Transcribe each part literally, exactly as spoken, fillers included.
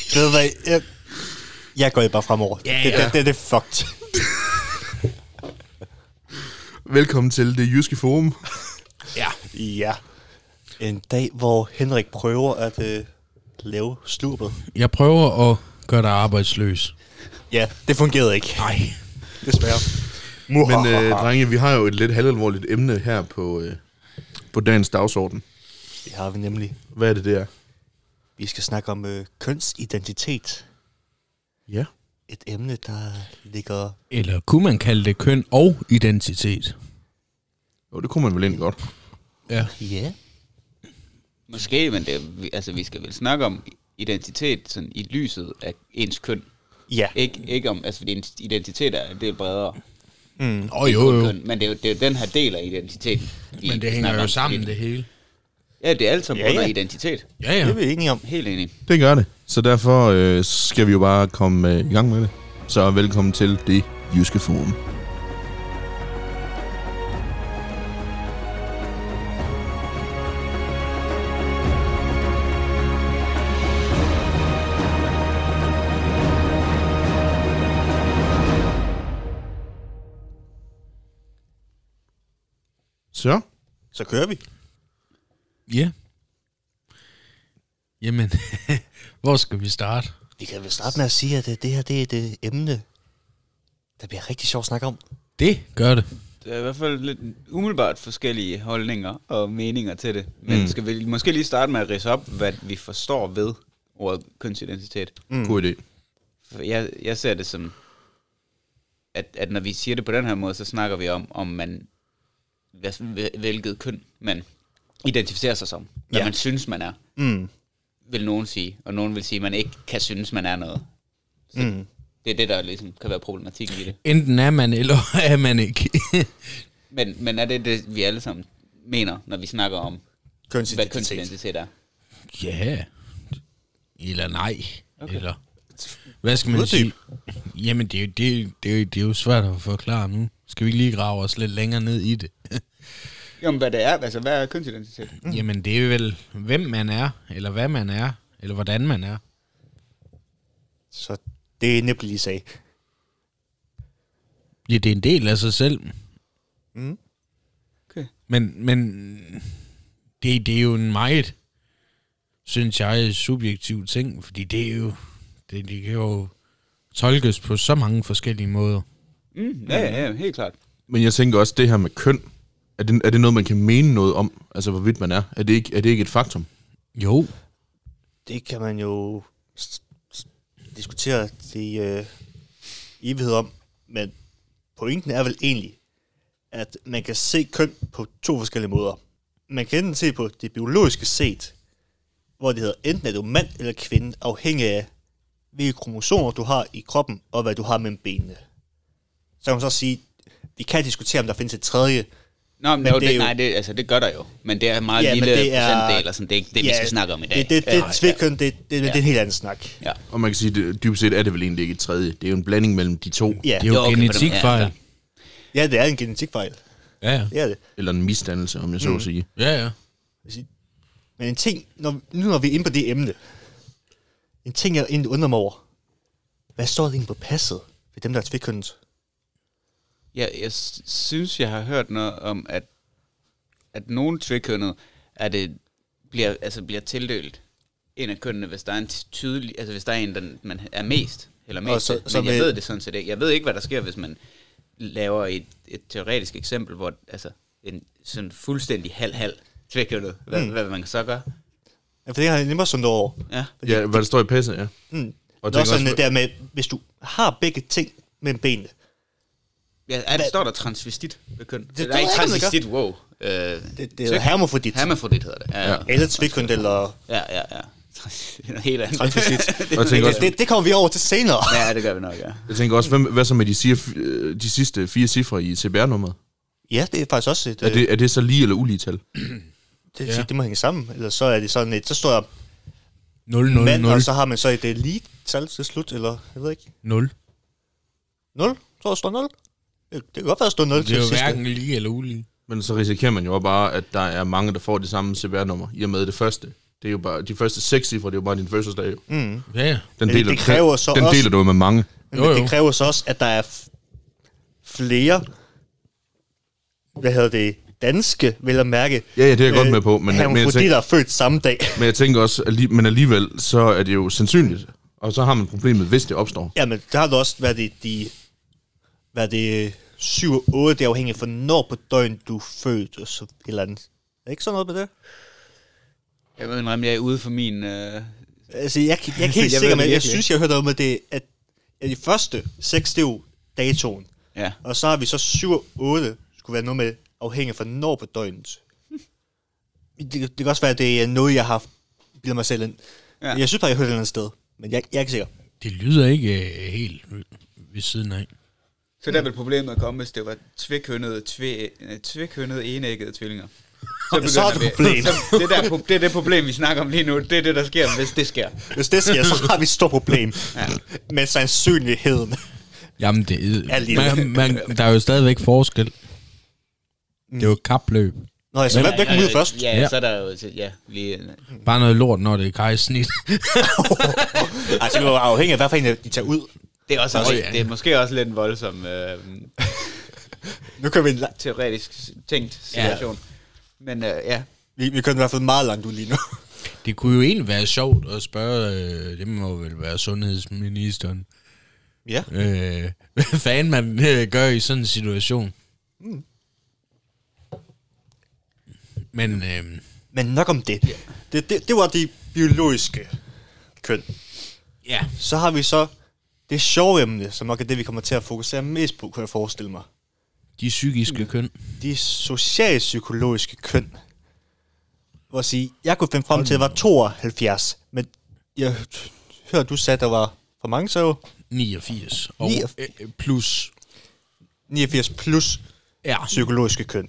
Ved du hvad, jeg, jeg går bare fremover. Ja, det, ja. det, det, det er fucked. Velkommen til Det Jyske Forum. Ja. Ja. En dag, hvor Henrik prøver at øh, lave slurpet. Jeg prøver at gøre dig arbejdsløs. Ja, det fungerede ikke. Nej. Desværre. Men øh, drenge, vi har jo et lidt halvalvorligt emne her på, øh, på dagens dagsorden. Det har vi nemlig. Hvad er det der? Vi skal snakke om øh, kønsidentitet. Ja. Et emne, der ligger... Eller kunne man kalde det køn og identitet? Jo, det kunne man vel egentlig godt. Ja. Ja. Måske, men det, altså, vi skal vel snakke om identitet sådan, i lyset af ens køn. Ja. Ik- ikke om, altså fordi identitet er det er bredere. Mm. Åh, oh, jo, jo. Køn, men det er jo det er den her del af identiteten. Men det hænger jo sammen, det hele. Ja, det er alt sammen Ja, under ja. identitet. Ja, Det ja. er vi enige om. Helt enig. Det gør det. Så derfor øh, skal vi jo bare komme øh, i gang med det. Så velkommen til Det Jyske Forum. Så. Så kører vi. Ja. Jamen, hvor skal vi starte? Vi kan vel starte med at sige, at øh, det her det er et øh, emne, der bliver rigtig sjovt at snakke om. Det gør det. Der er i hvert fald lidt umiddelbart forskellige holdninger og meninger til det. Men Mm. skal vi måske lige starte med at ridse op, hvad vi forstår ved ordet kønsidentitet. Mm. God idé. For jeg, jeg ser det som, at, at når vi siger det på den her måde, så snakker vi om, om man, hvad- hvilket køn man identificerer sig som. Hvad Ja. man synes, man er, Mm. vil nogen sige. Og nogen vil sige, at man ikke kan synes, man er noget. Så Mm. det er det, der ligesom kan være problematikken i det. Enten er man, eller er man ikke. Men, men er det det, vi alle sammen mener, når vi snakker om, hvad Kønsidentitet. kønsidentitet er? Ja. Eller nej. Okay. Eller hvad skal man Uddyb. sige? Jamen, det er, jo, det, er, jo- det, er, jo- det er jo svært at forklare nu. Skal vi ikke lige grave os lidt længere ned i det? Jamen, hvad det er, altså hvad er kønsidentitet? Mm. Jamen, det er jo vel, hvem man er, eller hvad man er, eller hvordan man er. Så det er Nip lige sagde. Ja, det er en del af sig selv. Mm. Okay. Men, men det, det er jo en meget, synes jeg, subjektiv ting, fordi det er jo, det, det kan jo tolkes på så mange forskellige måder. Mm, ja, ja, ja, helt klart. Men jeg tænker også, det her med køn, er det, er det noget, man kan mene noget om? Altså, hvorvidt man er? Er det ikke, er det ikke et faktum? Jo. Det kan man jo s- s- diskutere til øh, evighed om, men pointen er vel egentlig, at man kan se køn på to forskellige måder. Man kan enten se på det biologiske set, hvor det hedder enten er du mand eller kvinde, afhængig af hvilke kromosomer du har i kroppen, og hvad du har mellem benene. Så kan man så sige, vi kan diskutere, om der findes et tredje. Nå, men, Men jo, det er det, jo- nej, det, altså, det gør der jo. Men det er en meget Ja, men lille det er- procentdel, og sådan, det er ikke det, vi skal snakke om i dag. Det, det, det, Ja, det tvikkøn, det, det, det, det er en helt anden snak. ja. Og man kan sige, det, dybest set er det vel egentlig ikke et tredje. Det er jo en blanding mellem de to. Ja, Det er jo, Jo, okay, på den- genetikfejl. ja, ja, det er en genetikfejl. Ja, ja. Det er det. Eller en misdannelse, om jeg så Mm. at sige. Ja, ja. Men en ting, når, nu når vi er inde på det emne, en ting, jeg egentlig undrer mig over, hvad står det egentlig på passet for dem, der er tvikkønnet? Ja, jeg s- synes, jeg har hørt noget om, at, at nogle tvikønnet, at det bliver, altså bliver tildelt en af kønnene, hvis der er en tydelig, altså hvis der er en, der man er mest, eller mest, Og så- så, så men jeg med- ved det sådan set ikke. Jeg ved ikke, hvad der sker, hvis man laver et, et teoretisk eksempel, hvor altså en sådan fuldstændig halv-halv tvikønnet, hvad, Mm. mm. hvad vil man så gøre? Ja, for det har jeg nemmere sundt over. Ja. Fordi, Ja, hvad der står i passet, ja. mm, Og det er også tænker sådan der med, hvis du har begge ting mellem benene, Ja, er det, Hvad- står der transvestit ved køn? Det, det der er ikke ved jeg ikke, om det transvestit, wow. Øh, det, det er hermafrodit, hermafrodit hedder det. Ja, ja. Ja. eller tvikkønnet, eller Ja, ja, ja. Det er noget helt andet. transvestit. det, Og jeg tænker det, også, det, det kommer vi over til senere. ja, det gør vi nok, ja. jeg tænker også hvem, hvad så med de, siger, de sidste fire cifre i C P R-nummeret? Ja, det er faktisk også et... Er det, er det så lige eller ulige tal? det, Ja. det, det må hænge sammen. Eller så er det sådan et... Så står der nul, nul, mand, nul, og så har man så et elite tal til slut, eller jeg ved ikke. nul. nul? Så der står nul. Det, det kan godt være, at der står nul Det til er jo sidst. hverken lige eller ulige. Men så risikerer man jo også bare, at der er mange, der får det samme C P R-nummer, i og med det første Det er jo bare, de første seks cifre, det er jo bare din fødselsdag. Mm. Ja, ja. Den Men deler, det kræver så den også- deler du med mange. Men Jo, jo. det kræver så også, at der er f- flere, hvad hedder det, danske, vil jeg mærke, Ja, ja, det er jeg øh, godt med på. Men, men, jeg fordi tænker, der er født samme dag. men jeg tænker også, alli- men alligevel, så er det jo sandsynligt. Og så har man problemet, hvis det opstår. Ja, men der har du også været det, de, hvad er det, syv og otte, det er afhængigt for når på døgn du er født, og så et eller andet. Er det ikke sådan noget med det? Jeg må indrømme, jeg er ude for min... Øh... Altså, jeg, jeg, jeg er ikke helt Jeg ved sikker, det men jeg virkelig synes, jeg har hørt noget med det, at, at de første seks, det er jo datoen, Ja. og så har vi så syv og otte, skulle være noget med afhængigt for når på døgnet. Det, det kan også være, at det er noget, jeg har bildet mig selv ind. Ja. Jeg synes bare, jeg har hørt det et eller andet sted, men jeg, jeg er ikke sikker. Det lyder ikke øh, helt ved siden af. Så der vil problemet komme, hvis det var tvækønnede, tvæ, tvækønnede enæggede tvillinger. Så, Så er det begynder vi- problem. Så det, der, det er det problem, vi snakker om lige nu. Det er det, der sker, hvis det sker. Hvis det sker, så har vi et stort problem. Ja. Men sandsynligheden. Jamen, det Ja, lige man, man, der er jo stadigvæk forskel. Det er jo et kapløb. Nå, så hvad kom ud først? Ja, Ja. så er der jo... Ja, lige... Bare noget lort, når det er kejsnit. Altså, det er jo afhængigt af, hvad for en de tager ud. Det er, også, Nå, oh, ja. det er måske også lidt en voldsom øh, Nu kan vi, la- teoretisk tænkt situation. Ja. Men øh, ja, vi, vi kører i hvert fald meget langt ud lige nu. Det kunne jo egentlig være sjovt at spørge, øh, det må vel være sundhedsministeren, Ja. øh, hvad fanden man øh, gør i sådan en situation. Mm. Men øh, Men nok om det. Det, det. det var de biologiske køn. ja, Så har vi så det sjove emne, som nok er det, vi kommer til at fokusere mest på, kunne jeg forestille mig. de psykiske køn. De socialpsykologiske køn. Hvor at sige, jeg kunne finde frem til, at det var tooghalvfjerds, men jeg hørte, du sagde, at der var for mange, så jo niogfirs. Og niogfirs. øh, plus. niogfirs plus Ja, psykologiske køn.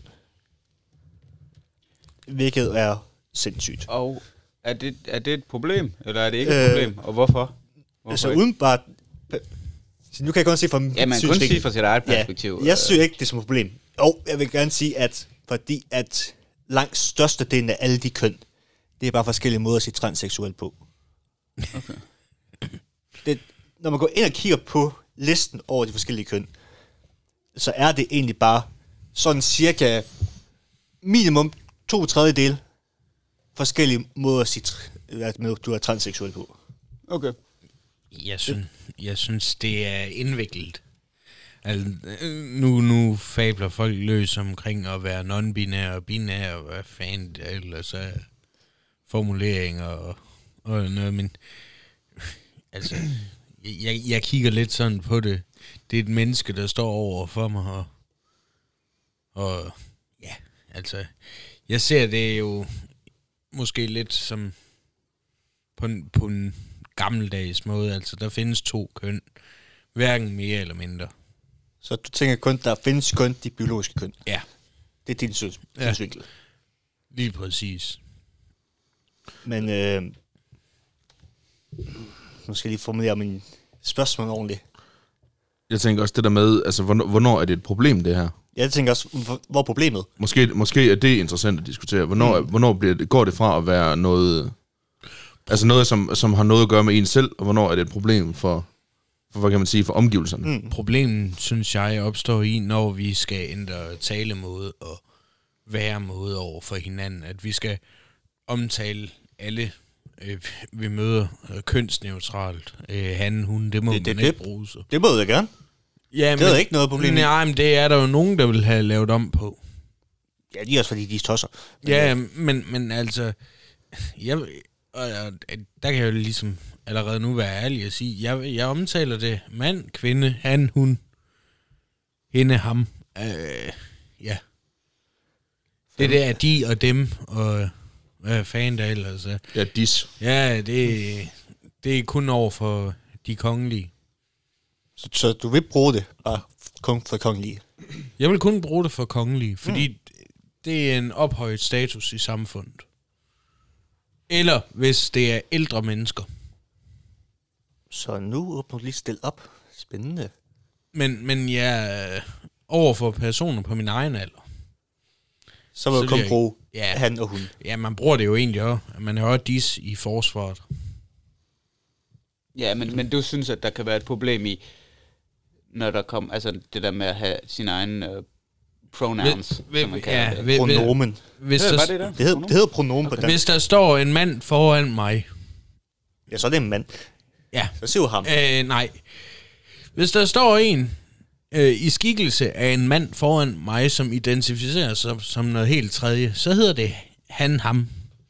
Hvilket er sindssygt. og er det, er det et problem, eller er det ikke et Øh, problem, og hvorfor? hvorfor Altså ikke? udenbart... Så nu kan jeg kun se fra mit Ja, man kan kun synsvinkel. sige fra sit eget perspektiv. Ja, jeg synes ikke, det er som et problem. Og jeg vil gerne sige, at fordi at langt størstedelen af alle de køn, det er bare forskellige måder at sige transseksuel på. Okay. Det, når man går ind og kigger på listen over de forskellige køn, så er det egentlig bare sådan cirka minimum to tredjedel forskellige måder at sige, tr- at du er transseksuel på. Okay. jeg synes, jeg synes det er indviklet. Altså, øh, nu, nu fabler folk løs omkring at være non-binær og binær, og hvad fanden det ellers er formuleringer og, og noget, men altså, jeg, jeg kigger lidt sådan på det. Det er et menneske, der står over for mig, og, og ja, altså, jeg ser det jo måske lidt som på en, på en gammeldags måde, altså, der findes to køn, hverken mere eller mindre. Så du tænker kun, der findes kun de biologiske køn. Ja, Det er din syns- Ja. synsvinkel. lige præcis. Men øh, nu skal jeg lige formulere min spørgsmål ordentligt. Jeg tænker også det der med, altså, hvornår, hvornår er det et problem, det her? Jeg tænker også, hvor hvor er problemet? Måske, måske er det interessant at diskutere. Hvornår, mm. hvornår bliver det, går det fra at være noget, altså noget, som, som har noget at gøre med en selv, og hvornår er det et problem for, for hvad kan man sige, for omgivelserne? Mm. Problemet, synes jeg, opstår i, når vi skal ændre talemåde og væremåde over for hinanden. At vi skal omtale alle, øh, vi møder øh, kønsneutralt. Øh, han, hun, det må Det- det, det- man ikke det- bruge. Så. Det må jeg gerne. Ja, Det er ikke noget problem. Nej, men det er der jo nogen, der vil have lavet om på. Ja, de er også fordi, de er tosser. Men, Ja, øh, men, men altså, jeg, og, og, der kan jeg jo ligesom allerede nu være ærlig og sige, jeg, jeg omtaler det mand, kvinde, han, hun, hende, ham. Øh, ja. Det der er de og dem, og hvad fanden der ellers er. Ja, dis. Ja, det, det er kun over for de kongelige. Så, så du vil bruge det bare kun for kongelige. Jeg vil kun bruge det for kongelige, fordi mm. det er en ophøjet status i samfundet. Eller hvis det er ældre mennesker. Så nu åbner du lige stille op. Spændende. Men, men jeg over for personer på min egen alder, så vil Så du kun det er- bruge ja. han og hun. Ja, man bruger det jo egentlig også. Man har også dis i forsvaret. Ja, men, men du synes, at der kan være et problem i, når der kommer, altså det der med at have sine egne uh, pronouns, Ved- som man ved- kalder ja, det. ved- Pronomen. Hvis Hvad der, var det der? Det hedder, det hedder pronomen okay. på dansk. hvis der står en mand foran mig... Ja, så er det en mand. Ja, Så siger du ham. øh, nej. Hvis der står en øh, i skikkelse af en mand foran mig, som identificerer sig som noget helt tredje, så hedder det han, ham.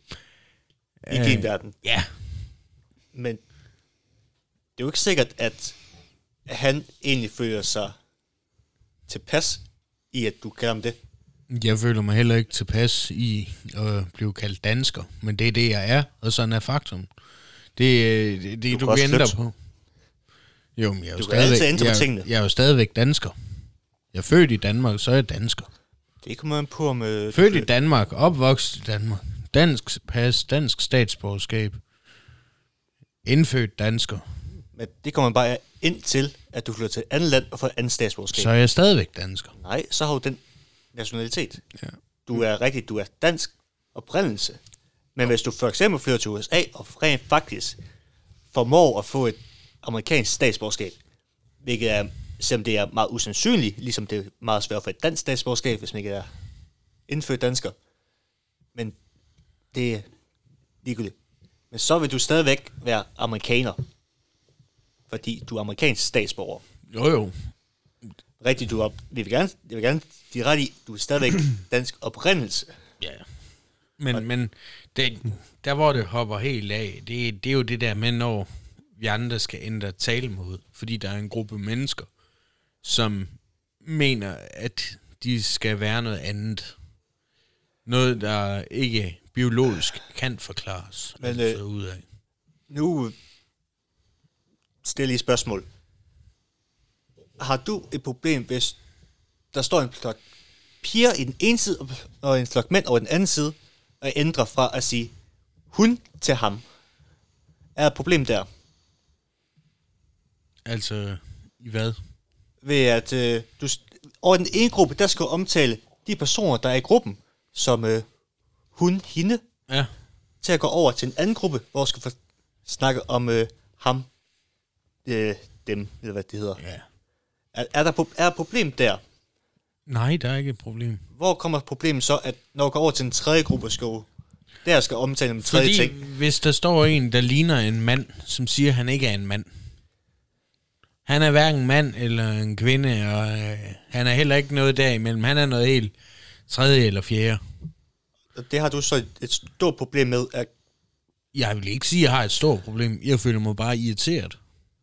I Øh, din verden. Ja, Men det er jo ikke sikkert, at han egentlig føler sig tilpas i, at du kalder ham det. jeg føler mig heller ikke tilpas i at blive kaldt dansker, men det er det, jeg er, og sådan er faktum. Det er det, det Du du, kan du også kan ændre flytte. på. Jo, men jeg er jo Du kan altid stadigvæk, ændre på jeg, tingene. jeg er jo stadigvæk dansker. Jeg er født i Danmark, så er jeg dansker. Det kommer an på, om... Øh, Født i Danmark, opvokset i Danmark, dansk pas, dansk statsborgerskab, indfødt dansker, Men det kommer bare ind til, at du flytter til et andet land og får et andet statsborgerskab. så er jeg stadigvæk dansker. Nej, så har du den nationalitet. Ja. Du er rigtig, du er dansk oprindelse. Men hvis du for eksempel flytter til U S A og rent faktisk formår at få et amerikansk statsborgerskab, hvilket er, selvom det er meget usandsynligt, ligesom det er meget svært for et dansk statsborgerskab, hvis man ikke er indfødt dansker. Men det er ligegyldigt. Men så vil du stadigvæk være amerikaner, fordi du er amerikansk statsborger. Jo jo, Rigtigt, du er op. Vi vil gerne, jeg vil gerne de er ret i, du er stadigvæk dansk oprindelse. ja. Men, men det, der hvor det hopper helt af, det, det er jo det der med, når vi andre skal ændre talemåde, fordi der er en gruppe mennesker, som mener, at de skal være noget andet. Noget, der ikke biologisk kan forklares. Men, altså øh, ud af. Nu stiller I spørgsmål. Har du et problem, hvis der står en flok piger i den ene side, og en flok mænd over den anden side, og ændrer fra at sige hun til ham? Er der et problem der? Altså, i hvad? Ved at øh, du, over den ene gruppe, der skal du omtale de personer, der er i gruppen, som øh, hun, hende, Ja. til at gå over til en anden gruppe, hvor du skal få snakke om øh, ham, øh, dem, eller hvad det hedder. Ja. Er, er der pro- er et problem der? Nej, der er ikke et problem. Hvor kommer problemet så, at når du går over til en tredje gruppe, skal du der skal omtale en tredje Fordi ting? hvis der står en, der ligner en mand, som siger, at han ikke er en mand. Han er hverken mand eller en kvinde, og øh, han er heller ikke noget derimellem. Han er noget helt tredje eller fjerde. Og det har du så et, et stort problem med, at Jeg vil ikke sige, at jeg har et stort problem. Jeg føler mig bare irriteret.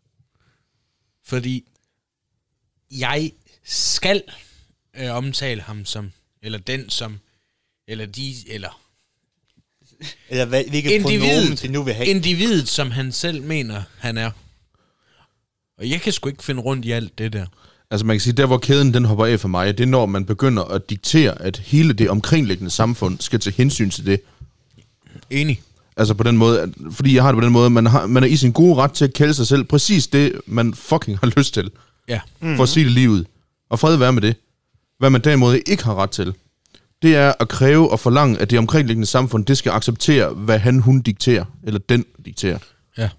Fordi jeg skal øh, omtale ham som, eller den som, eller de, eller eller hvad, hvilket pronomen individet, det nu vil have. individet, som han selv mener, han er. Og jeg kan sgu ikke finde rundt i alt det der. Altså man kan sige, der hvor kæden den hopper af for mig, det er når man begynder at diktere, at hele det omkringliggende samfund skal tage hensyn til det. Enig. Altså på den måde, at, fordi jeg har det på den måde, man, har, man er i sin gode ret til at kalde sig selv præcis det, man fucking har lyst til. Ja. Mm-hmm. For at sige det lige ud. Og fred være med det. Hvad man derimod ikke har ret til, det er at kræve og forlange, at det omkringliggende samfund, det skal acceptere, hvad han, hun dikterer, eller den dikterer. Ja.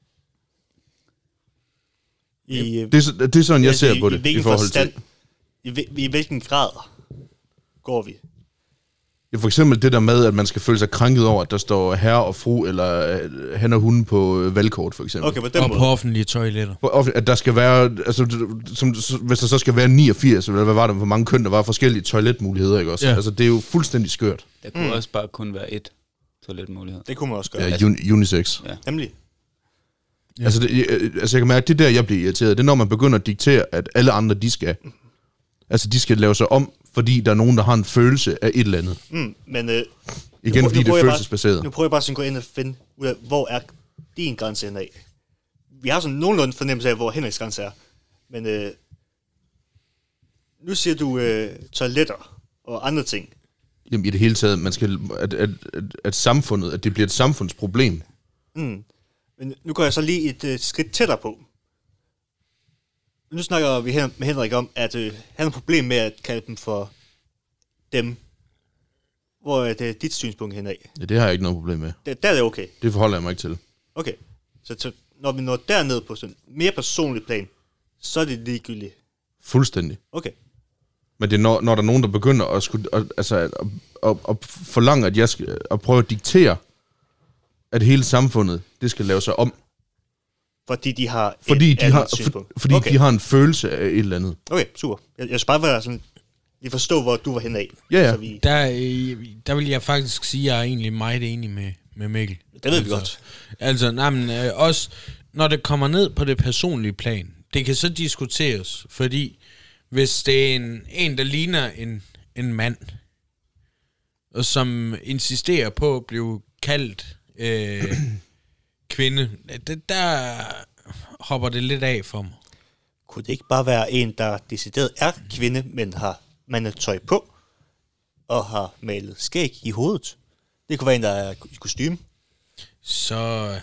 I, øh, Det er, så- det er sådan, jeg altså, ser på i, det, i, i hvilken forhold forstand, til... i, hvil- I hvilken grad går vi? Ja, for eksempel det der med, at man skal føle sig krænket over, at der står herre og fru, eller øh, han og hun på øh, valgkort, for eksempel. Okay, på den Og måde. på offentlige toiletter. På offentlig- At der skal være, altså, som, hvis der så skal være niogfirs, eller hvad var det, hvor mange køn, der var forskellige toiletmuligheder, ikke også? Ja. Altså, det er jo fuldstændig skørt. Der kunne mm. også bare kun være ét toiletmulighed. Det kunne man også gøre. Ja, uni- unisex. Ja. Nemlig. Ja. Altså, det, jeg- altså, jeg kan mærke, det er der, jeg bliver irriteret. Det er, når man begynder at diktere, at alle andre, de skal, altså, de skal lave sig om, fordi der er nogen, der har en følelse af et eller andet. Mm, men øh, Igen, nu, fordi nu det er prøver jeg følelsesbaseret. Bare, nu prøver jeg bare sådan at gå ind og finde ud af, hvor er din grænse hen af. Vi har sådan nogenlunde fornemmelse af, hvor Henriks grænse er. Men øh, nu siger du øh, toiletter og andre ting. Jamen, i det hele taget, man skal, at, at, at, at samfundet, at det bliver et samfundsproblem. Mm. Men nu går jeg så lige et øh, skridt tættere på. Nu snakker vi hen- med Henrik om, at øh, han har et problem med at kalde dem for dem. hvor er det dit synspunkt henad? Ja, det har jeg ikke noget problem med. Der, der er det okay. Det forholder jeg mig ikke til. Okay. Så, så når vi når derned på sådan mere personlig plan, så er det ligegyldigt. Fuldstændig. Okay. Men det er, når, når der er nogen, der begynder at, skulle, at, altså, at, at, at forlange, at jeg skal at prøve at diktere, at hele samfundet, det skal lave sig om. Fordi de har fordi et de har, synspunkt. for, Fordi okay. de har en følelse af et eller andet. Okay, super. Jeg, jeg skal bare være sådan, lige forstå, hvor du var henad. Ja, ja. Så vi, Der, øh, der vil jeg faktisk sige, at jeg er egentlig meget enig med, med Mikkel. det ved altså, vi godt. Altså, nej, men øh, også, når det kommer ned på det personlige plan, det kan så diskuteres, fordi hvis det er en, en der ligner en, en mand, og som insisterer på at blive kaldt øh, kvinde, det, der hopper det lidt af for mig. Kunne det ikke bare være en, der decideret er kvinde, men har mandetøj på, og har malet skæg i hovedet? Det kunne være en, der er i kostume. Så,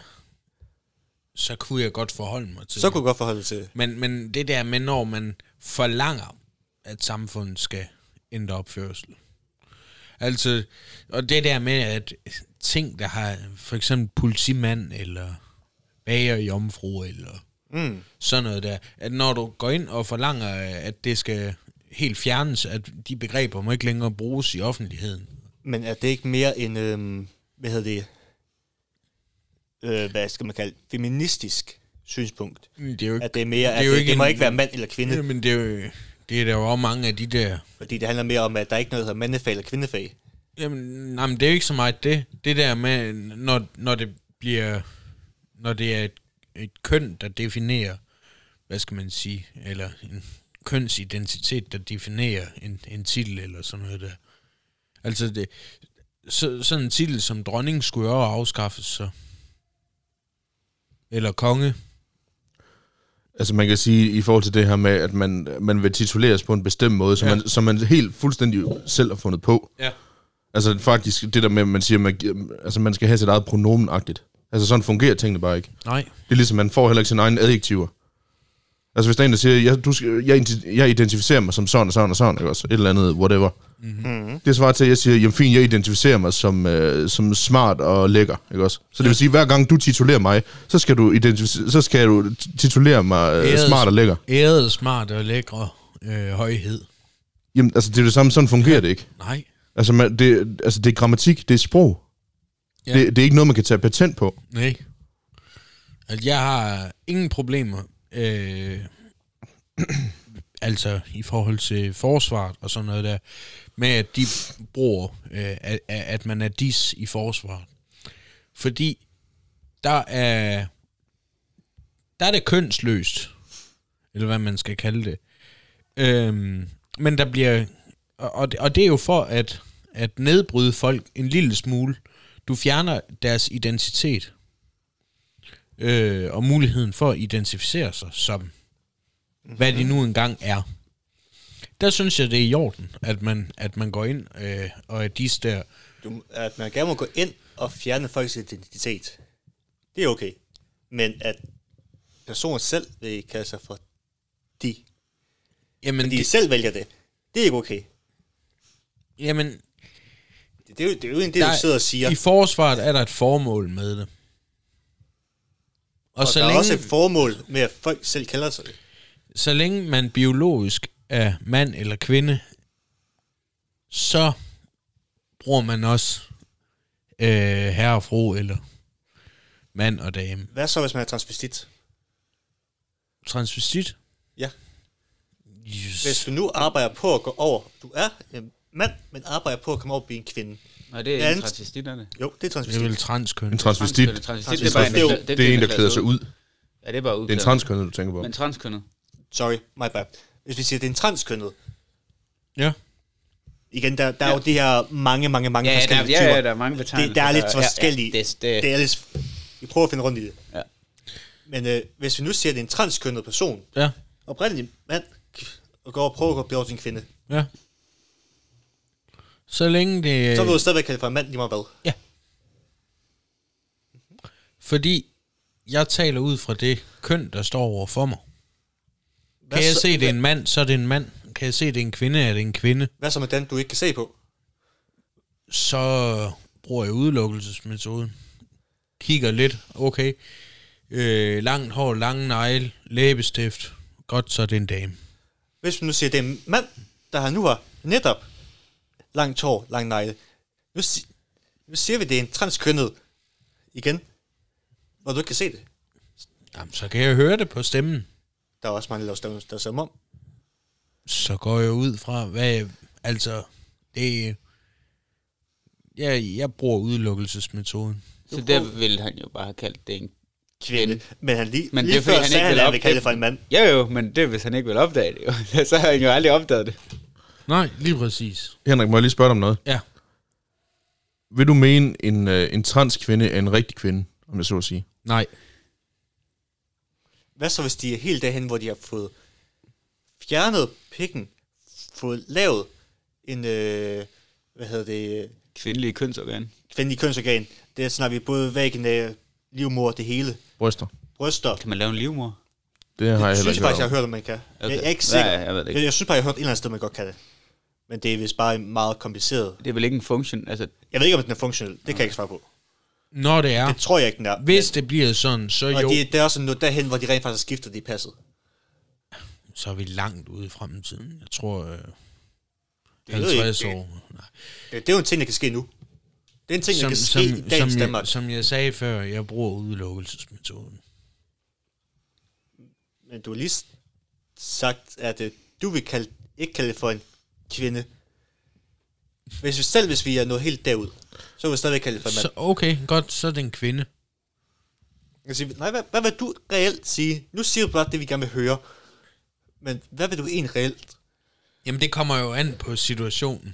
så kunne jeg godt forholde mig til Så det. kunne jeg godt forholde til. Men, men det der med, når man forlanger, at samfundet skal ændre opførsel. Altså, og det der med, at ting, der har for eksempel politimand, eller bagerjomfru, eller Mm. sådan noget der, at når du går ind og forlanger, at det skal helt fjernes, at de begreber må ikke længere bruges i offentligheden. Men er det ikke mere en, øhm, hvad hedder det, øh, hvad skal man kalde, feministisk synspunkt? Det er jo ikke, At det er mere, det at er jo det, ikke det må en- ikke være mand eller kvinde, ja, men det er jo, det er der jo også mange af de der. fordi det handler mere om, at der er ikke noget, der hedder mandefag eller kvindefag. Jamen, nej, men det er jo ikke så meget det. Det der med, når, når det bliver, når det er et, et køn, der definerer, hvad skal man sige, eller en kønsidentitet, der definerer en, en titel eller sådan noget der. Altså, det, så, sådan en titel som dronning skulle jo også afskaffes, så. Eller konge. Altså man kan sige, i forhold til det her med, at man, man vil tituleres på en bestemt måde, som, Ja. man, som man helt fuldstændig selv har fundet på. Ja. Altså faktisk det der med, at man siger, man, altså man skal have sit eget pronomenagtigt. Altså sådan fungerer tingene bare ikke. Nej. Det er ligesom, man får heller ikke sine egne adjektiver. Altså hvis der er en, der siger, jeg, du skal, jeg, jeg identificerer mig som sådan og sådan og sådan, ikke også? Et eller andet, whatever. Mm-hmm. Det svarer til, at jeg siger, jamen fint, jeg identificerer mig som, øh, som smart og lækker, ikke også? Så det vil sige, at hver gang du titulerer mig, så skal du, identific- så skal du titulere mig øh, Æret- smart og lækker. Æret, smart og lækre øh, højhed. Jamen, altså det er det samme, sådan fungerer ja. det ikke. Nej. Altså, man, det, altså det er grammatik, det er sprog. Ja. Det, det er ikke noget, man kan tage patent på. Nej. Altså, jeg har ingen problemer, øh, altså i forhold til forsvaret og sådan noget der, med at de bruger, øh, at, at man er dis i forsvaret. Fordi der er, der er det kønsløst, eller hvad man skal kalde det. Øhm, men der bliver, og det, og det er jo for at, at nedbryde folk en lille smule. Du fjerner deres identitet. Øh, og muligheden for at identificere sig som, mm-hmm. hvad de nu engang er. Der synes jeg, det er i orden, at man, at man går ind øh, og er dis der. Du, at man gerne må gå ind og fjerne folks identitet. Det er okay. Men at personer selv vil kalde sig for de, Jamen, fordi de det, selv vælger det, det er ikke okay. jamen Det, det, er, jo, det er jo en det, der, du sidder og siger. i forsvaret er der et formål med det. Og, Og så der er længe, også et formål med, at folk selv kalder sig det. så længe man biologisk er mand eller kvinde, så bruger man også øh, herre og fru, eller mand og dame. Hvad så, hvis man er transvestit? Transvestit? Ja. Yes. Hvis du nu arbejder på at gå over, du er en mand, men arbejder på at komme over og blive en kvinde. Nej, det er Andet- en transvestitterne. Jo, det er Det er transvestit. vel transkøn. En transvestit, Transvestit, det er bare en, Det er jo- der- det er en, der klæder sig ud. Ja, det er bare Det er en udklædt. transkønnet, du tænker på. Men transkønnet. Sorry, my bad. Hvis vi siger, at det er en transkønnet. Ja. Igen, der, der er Ja. jo de her mange, mange, mange Ja, ja, der, forskellige ja, typer. ja, der er mange betegnelser. Det, der er lidt ja, forskellige. Ja, det, det, Det er lidt... Vi prøver at finde rundt i det. Ja. Men øh, hvis vi nu siger, at det er en transkønnet person, Ja. oprindelig mand, og går og prøver at gå og blive over til en kvinde, Ja. Så længe det... så vil du stadigvæk kalde det for en mand, lige meget hvad. Ja. Fordi jeg taler ud fra det køn, der står over for mig. Hvad Kan jeg så- se, det er en mand, så er det en mand. Kan jeg se, det er en kvinde, er det en kvinde. Hvad så med den, du ikke kan se på? så bruger jeg udelukkelsesmetoden. Kigger lidt, okay. Øh, langt hår, lange negle, læbestift. Godt, så er det en dame. Hvis man nu siger, det er en mand, der har nu har netop langt hår, lang negle. Nu, si- nu siger vi, det er en transkønnet igen, hvor du ikke kan se det. Jamen, så kan jeg høre det på stemmen. Der er også mange, der stemmer, der stemmer om. Så går jeg ud fra, hvad, altså, det jeg, jeg bruger udelukkelsesmetoden. Så der ville han jo bare have kaldt det en Kvinde. Men han lige, Men lige det er, fordi før han sagde ikke han, vil at han op- vil kalde det det- for en mand. Jo jo, men det er, hvis han ikke vil opdage det jo. Så har han jo aldrig opdaget det. Nej, lige præcis. Henrik, må jeg lige spørge dig om noget? Ja. Vil du mene, en, øh, en transkvinde er en rigtig kvinde, om jeg så at sige? Nej. Hvad så, hvis de er helt derhen, hvor de har fået fjernet pikken, fået lavet en, øh, hvad hedder det, Kvindelige kønsorgan. kvindelig kønsorgan. Det snakker vi både vagina, livmor, det hele. Bryster. Bryster. Kan man lave en livmor? Det har jeg Det heller synes ikke jeg faktisk, jeg hørt har om. hørt, at man kan. Okay. Okay. Jeg er ikke sikker. Nej, jeg ved det ikke. Jeg, jeg synes bare, jeg har hørt et eller andet sted, man godt kan det. Men det er vist bare meget kompliceret. Det er vel ikke en function, altså... Jeg ved ikke, om den er funktionel. Det kan jeg ikke svare på. Når det er. Det tror jeg ikke, den er. Hvis det bliver sådan, så Og jo, det, det er også noget derhen, hvor de rent faktisk skifter de passet. så er vi langt ude i fremtiden. Jeg tror, øh, Det ved jeg halvtreds ikke. år. Nej. Det, det er jo en ting, der kan ske nu. Det er en ting, der Som, kan ske som, i dagens som, Danmark. jeg, som jeg sagde før, jeg bruger udelukkelsesmetoden. Men du har lige s- sagt, at uh, du vil kalde, ikke kalde det for en kvinde. Hvis vi, selv hvis vi er nået helt derud, så vil vi stadigvæk kalde det for en mand. Så okay, godt, så er det en kvinde. Jeg siger, nej, hvad, hvad vil du reelt sige? Nu siger du bare det, vi gerne vil høre. Men hvad vil du egentlig reelt? Jamen, det kommer jo an på situationen.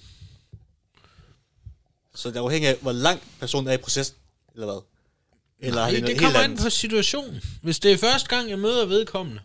Så det afhænger af, hvor langt personen er i processen, eller hvad? Eller Nej, er det det, noget det helt kommer an andet? på situationen. Hvis det er første gang, jeg møder vedkommende,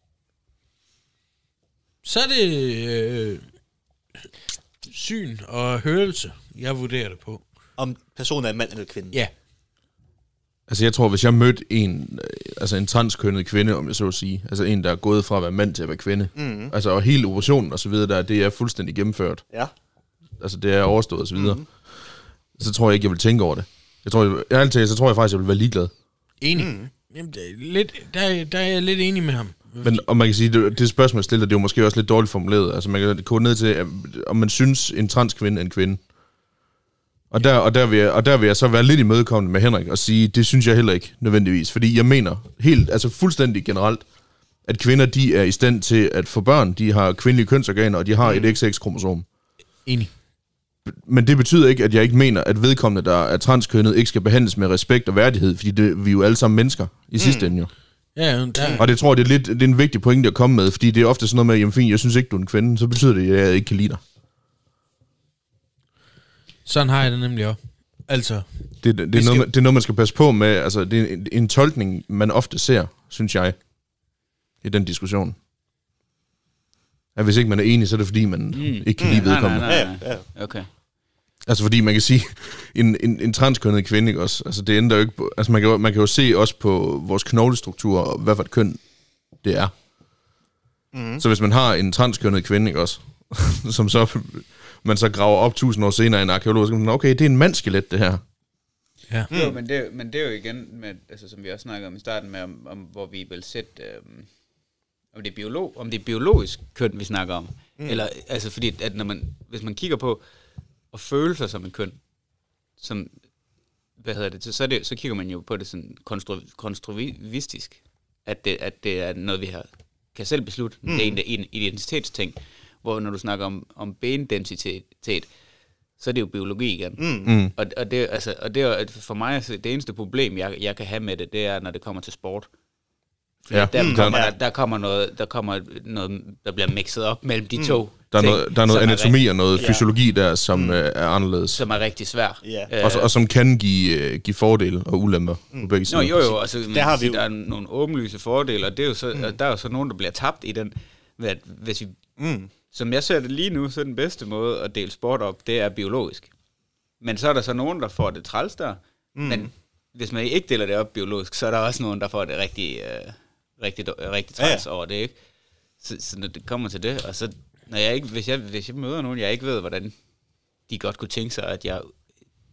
så er det øh, syn og hørelse, jeg vurderer det på. Om personen er en mand eller kvinde. Ja, Altså jeg tror, hvis jeg mødte en, øh, altså en transkønnet kvinde, om jeg så at sige, altså en, der er gået fra at være mand til at være kvinde, mm-hmm. altså og hele operationen og så videre, der, det er fuldstændig gennemført. Ja. Altså det er overstået og så videre. Mm-hmm. Så tror jeg ikke, jeg vil tænke over det. Jeg tror, jeg, ærligt talt, så tror jeg faktisk, jeg vil være ligeglad. enig. Mm. Jamen, det er lidt, der, er- der er jeg lidt enig med ham. Men og man kan sige, det, det spørgsmål, jeg stiller, det er jo måske også lidt dårligt formuleret. Altså man kan kode ned til, at- om man synes, en transkvinde er en kvinde. Og der, og, der vil jeg, og der vil jeg så være lidt imødekommende med Henrik og sige, det synes jeg heller ikke nødvendigvis. Fordi jeg mener helt, altså fuldstændig generelt, at kvinder, de er i stand til at få børn. De har kvindelige kønsorganer, og de har mm. et X X-kromosom. Enig. Men det betyder ikke, at jeg ikke mener, at vedkommende, der er transkønnet, ikke skal behandles med respekt og værdighed, fordi det, vi er jo alle sammen mennesker i sidste ende jo. Ja, der, Og det tror jeg, det er, lidt, det er en vigtig pointe at komme med, fordi det er ofte sådan noget med, jamen fint, jeg synes ikke, du er en kvinde, så betyder det, at jeg ikke kan lide dig. sådan har jeg det nemlig også. Altså, Det, det, det, Vi er, noget, skal- man- det er noget, man skal passe på med. Altså, det er en, en tolkning, man ofte ser, synes jeg, i den diskussion. At hvis ikke man er enig, så er det fordi, man mm. ikke kan lide Nej, nej, vedkommende. nej, Ja, nej. ja. Okay. Altså fordi man kan sige, en, en, en transkønnet kvinde, ikke også? Altså det ændrer jo ikke på, altså man kan, jo, man kan jo se også på vores knoglestruktur, og hvad for et køn det er. Mm. Så hvis man har en transkønnet kvinde, ikke også? Som så, man så graver op tusind år senere i en arkeolog, så kan man sige, okay, det er en mandskelet, det her. ja. Mm. Jo, men det, men det er jo igen, med, altså, som vi også snakkede om i starten, med, om, om hvor vi vil sætte, øhm, om, det er biolog, om det er biologisk køn, vi snakker om. Mm. Eller, altså fordi, at når man, hvis man kigger på at føle sig som en køn, som, hvad hedder det, så, så, er det, så kigger man jo på det sådan konstru- konstruktivistisk, at det, at det er noget, vi har, kan selv beslutte. Mm. Det er en, en identitetsting, hvor når du snakker om, om benidentitet, så er det jo biologi igen. Mm. Mm. Og, og, det, altså, og det er for mig altså, det eneste problem, jeg, jeg kan have med det, det er, når det kommer til sport. Fordi Ja, der, mm, kommer, ja. der, der kommer noget, der kommer noget, der bliver mixet op mellem de to Der er ting, noget, der er noget som anatomi er, og noget Ja. fysiologi der, som mm. er anderledes. som er rigtig svært. Ja. Og, og som kan give, øh, give fordele og ulemper mm. på begge Nå, sider. jo, jo, altså, man Der har kan vi sige, jo- der er nogle åbenlyse fordele, og det er jo så, mm. der er jo så nogen, der bliver tabt i den, ved at hvis vi, Mm. som jeg ser det lige nu, så er den bedste måde at dele sport op, det er biologisk. Men så er der så nogen, der får det træls der, mm. men hvis man ikke deler det op biologisk, så er der også nogen, der får det rigtig, øh, rigtig, rigtig træls Ja, ja, ja. over det, ikke? Så, så når det kommer til det, og så, når jeg ikke, hvis, jeg, hvis jeg møder nogen, jeg ikke ved, hvordan de godt kunne tænke sig, at jeg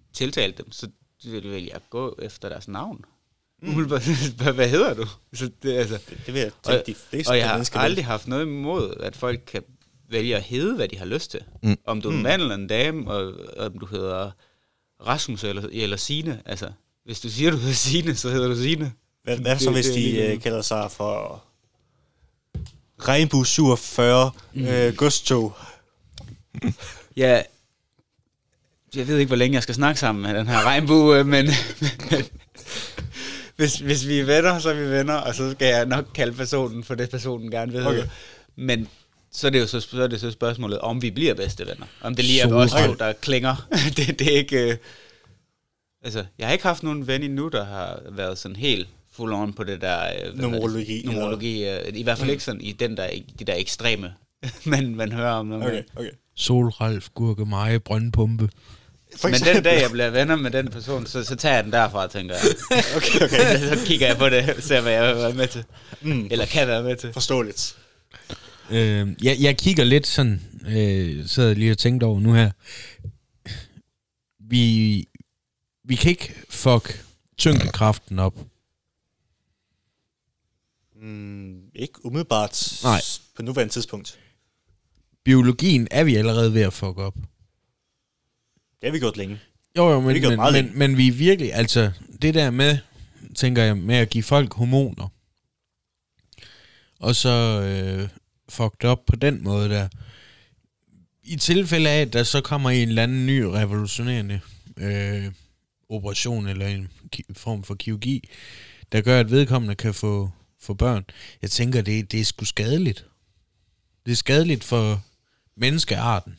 tiltalte dem, så ville jeg gå efter deres navn. Mm. Hvad hedder du? Så det, altså, det, det vil jeg tænke, de fleste og jeg har mennesker aldrig vil. haft noget imod, at folk kan vælge at hedde, hvad de har lyst til. Mm. Om du er en mand eller en dame, og om du hedder Rasmus eller, eller Signe. Altså, hvis du siger, du hedder Signe, så hedder du Signe. Hvad, hvad det, så, hvis det, de det, uh, kalder sig for Regnbue syvogfyrre mm. uh, godstog? Ja, jeg ved ikke, hvor længe jeg skal snakke sammen med den her regnbue, men, men hvis, hvis vi er venner, så er vi venner, og så skal jeg nok kalde personen for det, personen gerne vil. Okay. Men så er det jo så, så, er det så spørgsmålet, om vi bliver bedste venner. Om det lige er os to, der klinger. det, det er ikke... Øh, altså, jeg har ikke haft nogen ven endnu, der har været sådan helt full on på det der... Øh, numerologi. Numerologi. Øh, I hvert fald mm. ikke sådan i den der, de der ekstreme, man, man hører om. Okay, okay. Solralf, gurkemeje, brøndpumpe. Men den dag, jeg bliver venner med den person, så, så tager jeg den derfra, tænker jeg. okay, okay. Så kigger jeg på det, ser hvad jeg er med til. Mm. Eller kan være med til. Forståeligt. Øh, jeg, jeg kigger lidt sådan, øh, sidder lige og tænker over nu her. Vi, vi kan ikke fuck tyngdekraften op. Mm, ikke umiddelbart. Nej. På nuværende tidspunkt. Biologien er vi allerede ved at fuck op. Det har vi gjort længe. Jo, jo, men, men, men, men, men vi er virkelig, altså, det der med, tænker jeg, med at give folk hormoner, og så øh, fucked op på den måde der. I tilfælde af, at der så kommer en eller anden ny revolutionerende øh, operation, eller en form for kirurgi, der gør, at vedkommende kan få, få børn. Jeg tænker, det, det er sgu skadeligt. Det er skadeligt for menneskearten.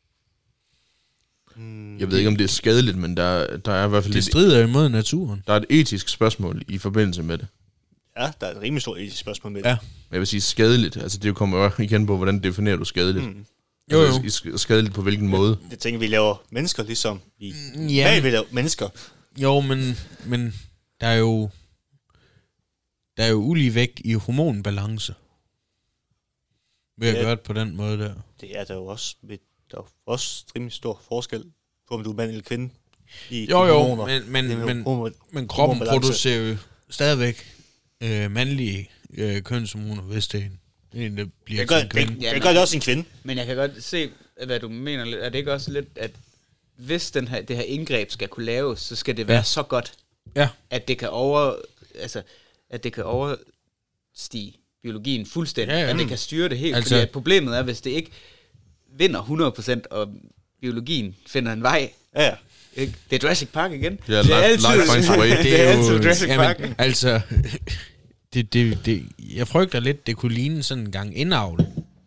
Jeg ved ikke, om det er skadeligt, men der, der er i hvert fald... Det strider imod naturen. Der er et etisk spørgsmål i forbindelse med det. Ja, der er et rimelig stort etisk spørgsmål med det. Ja. Jeg vil sige skadeligt. Altså, det kommer jo igen på, hvordan definerer du skadeligt. Mm. Jo, jo. Altså, skadeligt på hvilken måde? Jeg tænker, vi laver mennesker, ligesom vi ja. bag vi laver mennesker. Jo, men, men der er jo... Der er jo ulige vægt i hormonbalance. Ved at Ja. gøre det på den måde der. Det er der jo også. Der er også rimelig stor forskel på, om du er mand eller kvinde. I Jo, jo, hormoner. men, men, Det er men, hormon- men kroppen hormonbalance. producerer jo stadigvæk øh, mandlige øh, kønshormoner, hvis det er en, en der bliver Det gør, til en kvinde. det, det gør det også en kvinde. Men jeg kan godt se, hvad du mener. Er det ikke også lidt, at hvis den her, det her indgreb skal kunne laves, så skal det være Ja. så godt, Ja. at det kan over, altså, at det kan overstige biologien fuldstændig, Ja, ja. at det kan styre det helt. Altså- Fordi at problemet er, hvis det ikke vinder hundrede procent, og biologien finder en vej. Ja, ja. Ikke? Det er Jurassic Park igen. Ja, det life- er altid, life finds a way. det er altid Jurassic Park. jamen, altså, det, det, det, jeg frygter lidt, det kunne ligne sådan en gang indavl.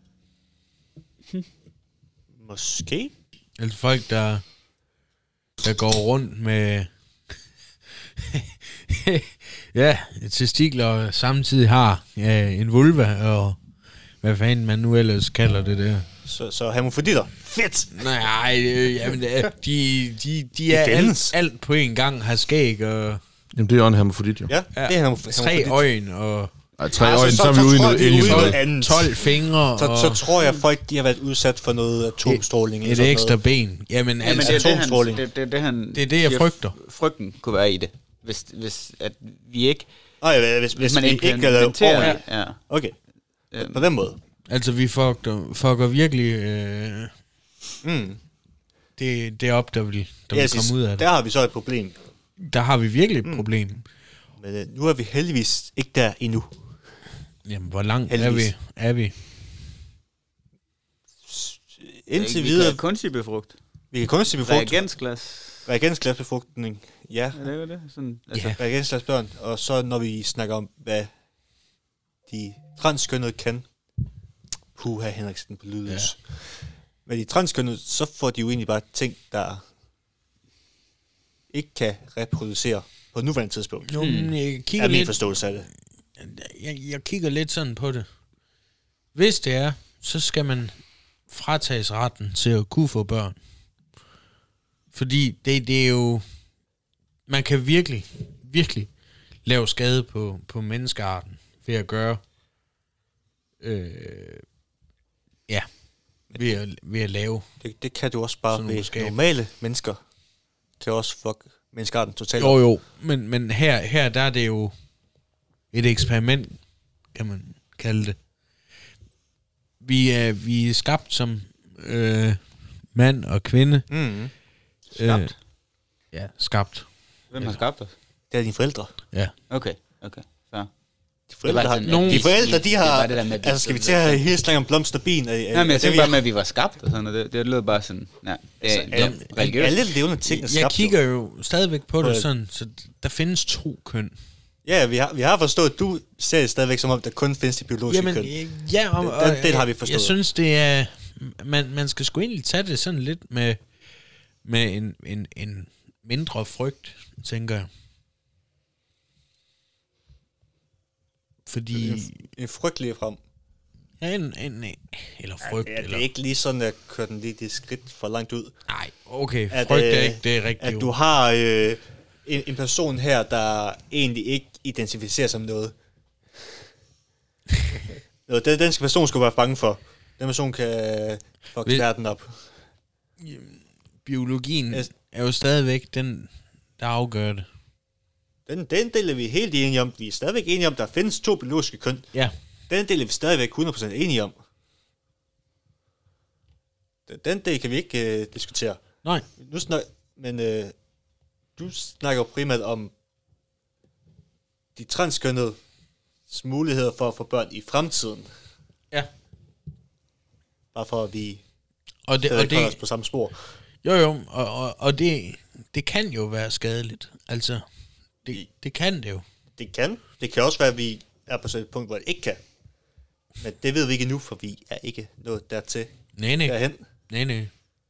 Måske. Altså folk, der, der går rundt med ja, testikler og samtidig har ja, en vulva, og hvad fanden man nu ellers kalder det der. Så, så hermafroditter. Fedt! Nej, øh, jamen, øh, de, de, de er alt, alt på en gang, har skæg og Jamen, det er jo en hermafrodit, jo. Ja, ja, det er hermafrodit. tre øjne og Ej, tre Altså, øjne, så- så, er vi så ude i tror noget jeg, vi er ude i alien. noget noget. andet. tolv fingre Så, og så tror jeg, folk de har været udsat for noget atomstråling. eller et sådan ekstra noget. ben. Jamen, Jamen, altså, det, er det, han, atomstråling. det, det, det, han Det er det, jeg siger, frygter. Frygten kunne være i det. Hvis, hvis at vi ikke... Ej, hvis, hvis, hvis man vi ikke er lavet implementerer... ordentligt. Ja. Okay, Øhm, på den måde. altså vi fucker, fucker virkelig øh, Mm. det, det op, der vil, der Ja, vil komme ud af det. der har vi så et problem. Der har vi virkelig et problem. Men øh, nu er vi heldigvis ikke der endnu. Jamen, hvor langt er vi? Heldigvis. Er vi? Indtil vi videre, kan kunstig befrugt. vi kan kunstig befrugt, Reagensglas. reagensglasbefrugtning, ja, Er det det? Sådan, altså, Ja. reagensglasbørn, og så når vi snakker om, hvad de transkønnede kan, puha Henriksen på lydløs. Ja. Hvad de transkønnede, så får de jo egentlig bare ting, der ikke kan reproducere på nuværende tidspunkt. Jo, men jeg Er kigger min lidt, forståelse af det. jeg, jeg kigger lidt sådan på det. Hvis det er, så skal man fratages retten til at kunne få børn. Fordi det, det er jo... Man kan virkelig, virkelig lave skade på, på menneskearten ved at gøre... Øh, ja, ved at, ved at lave... det. Det kan du også bare Sådan nogle ved skab. normale mennesker, kan også fuck menneskearten totalt. Jo, jo, men, men her, her der er det jo et eksperiment, kan man kalde det. Vi er, vi er skabt som øh, mand og kvinde. Mm. Skabt? Øh, ja, skabt. Hvem har skabt os? Det er dine forældre. Ja. Okay, okay. Så. De forældre, Det var har, sådan, nogle, at de vi- forældre, de det har... var det der med, at vi- altså, skal vi til at have hele slang om blomster og bin? Er, er, Nej, men jeg er tænkte det, bare vi- med, at vi var skabt og sådan, og det, det lød bare sådan, ja, Altså, øh, alle, religiøst. alle levende ting er Jeg skabt. kigger jo stadigvæk på På- det sådan, så der findes to køn. Ja, vi har, vi har forstået, at du ser det stadigvæk som om, der kun findes de biologiske Jamen, køn. øh, ja, og, Den- og, den del har vi forstået. Jeg synes, det er... Man, man skal sgu egentlig tage det sådan lidt med, med en, en, en mindre frygt, tænker jeg. Fordi... En frygtelig frem. Ja, en, en, eller frygt, Ja, det eller... er ikke lige sådan, at køre den lige det skridt for langt ud. Nej, okay, At, frygt er øh, ikke det er rigtigt. At jo. du har øh, en, en person her, der egentlig ikke identificerer sig med noget. noget den, den skal person skulle være bange for. Den person kan fuck Hvis- verden op. Biologien Jeg- er jo stadigvæk den, der afgør det. Den, den del er vi helt enige om. Vi er stadigvæk enige om, at der findes to biologiske køn. Ja, Den del er vi stadigvæk hundrede procent enige om. Den, den del kan vi ikke øh, diskutere. nej. Nu snak, men øh, du snakker jo primært om de transkønnede muligheder for at få børn i fremtiden. Ja. Bare for at vi Og det, stadig og holder os det, på samme spor. jo jo, og, og, og det, det kan jo være skadeligt. Altså, det, det kan det jo. Det kan. Det kan også være, at vi er på sådan et punkt, hvor det ikke kan. Men det ved vi ikke nu, for vi er ikke nået dertil. Nej, nej. Derhen. Nej, nej.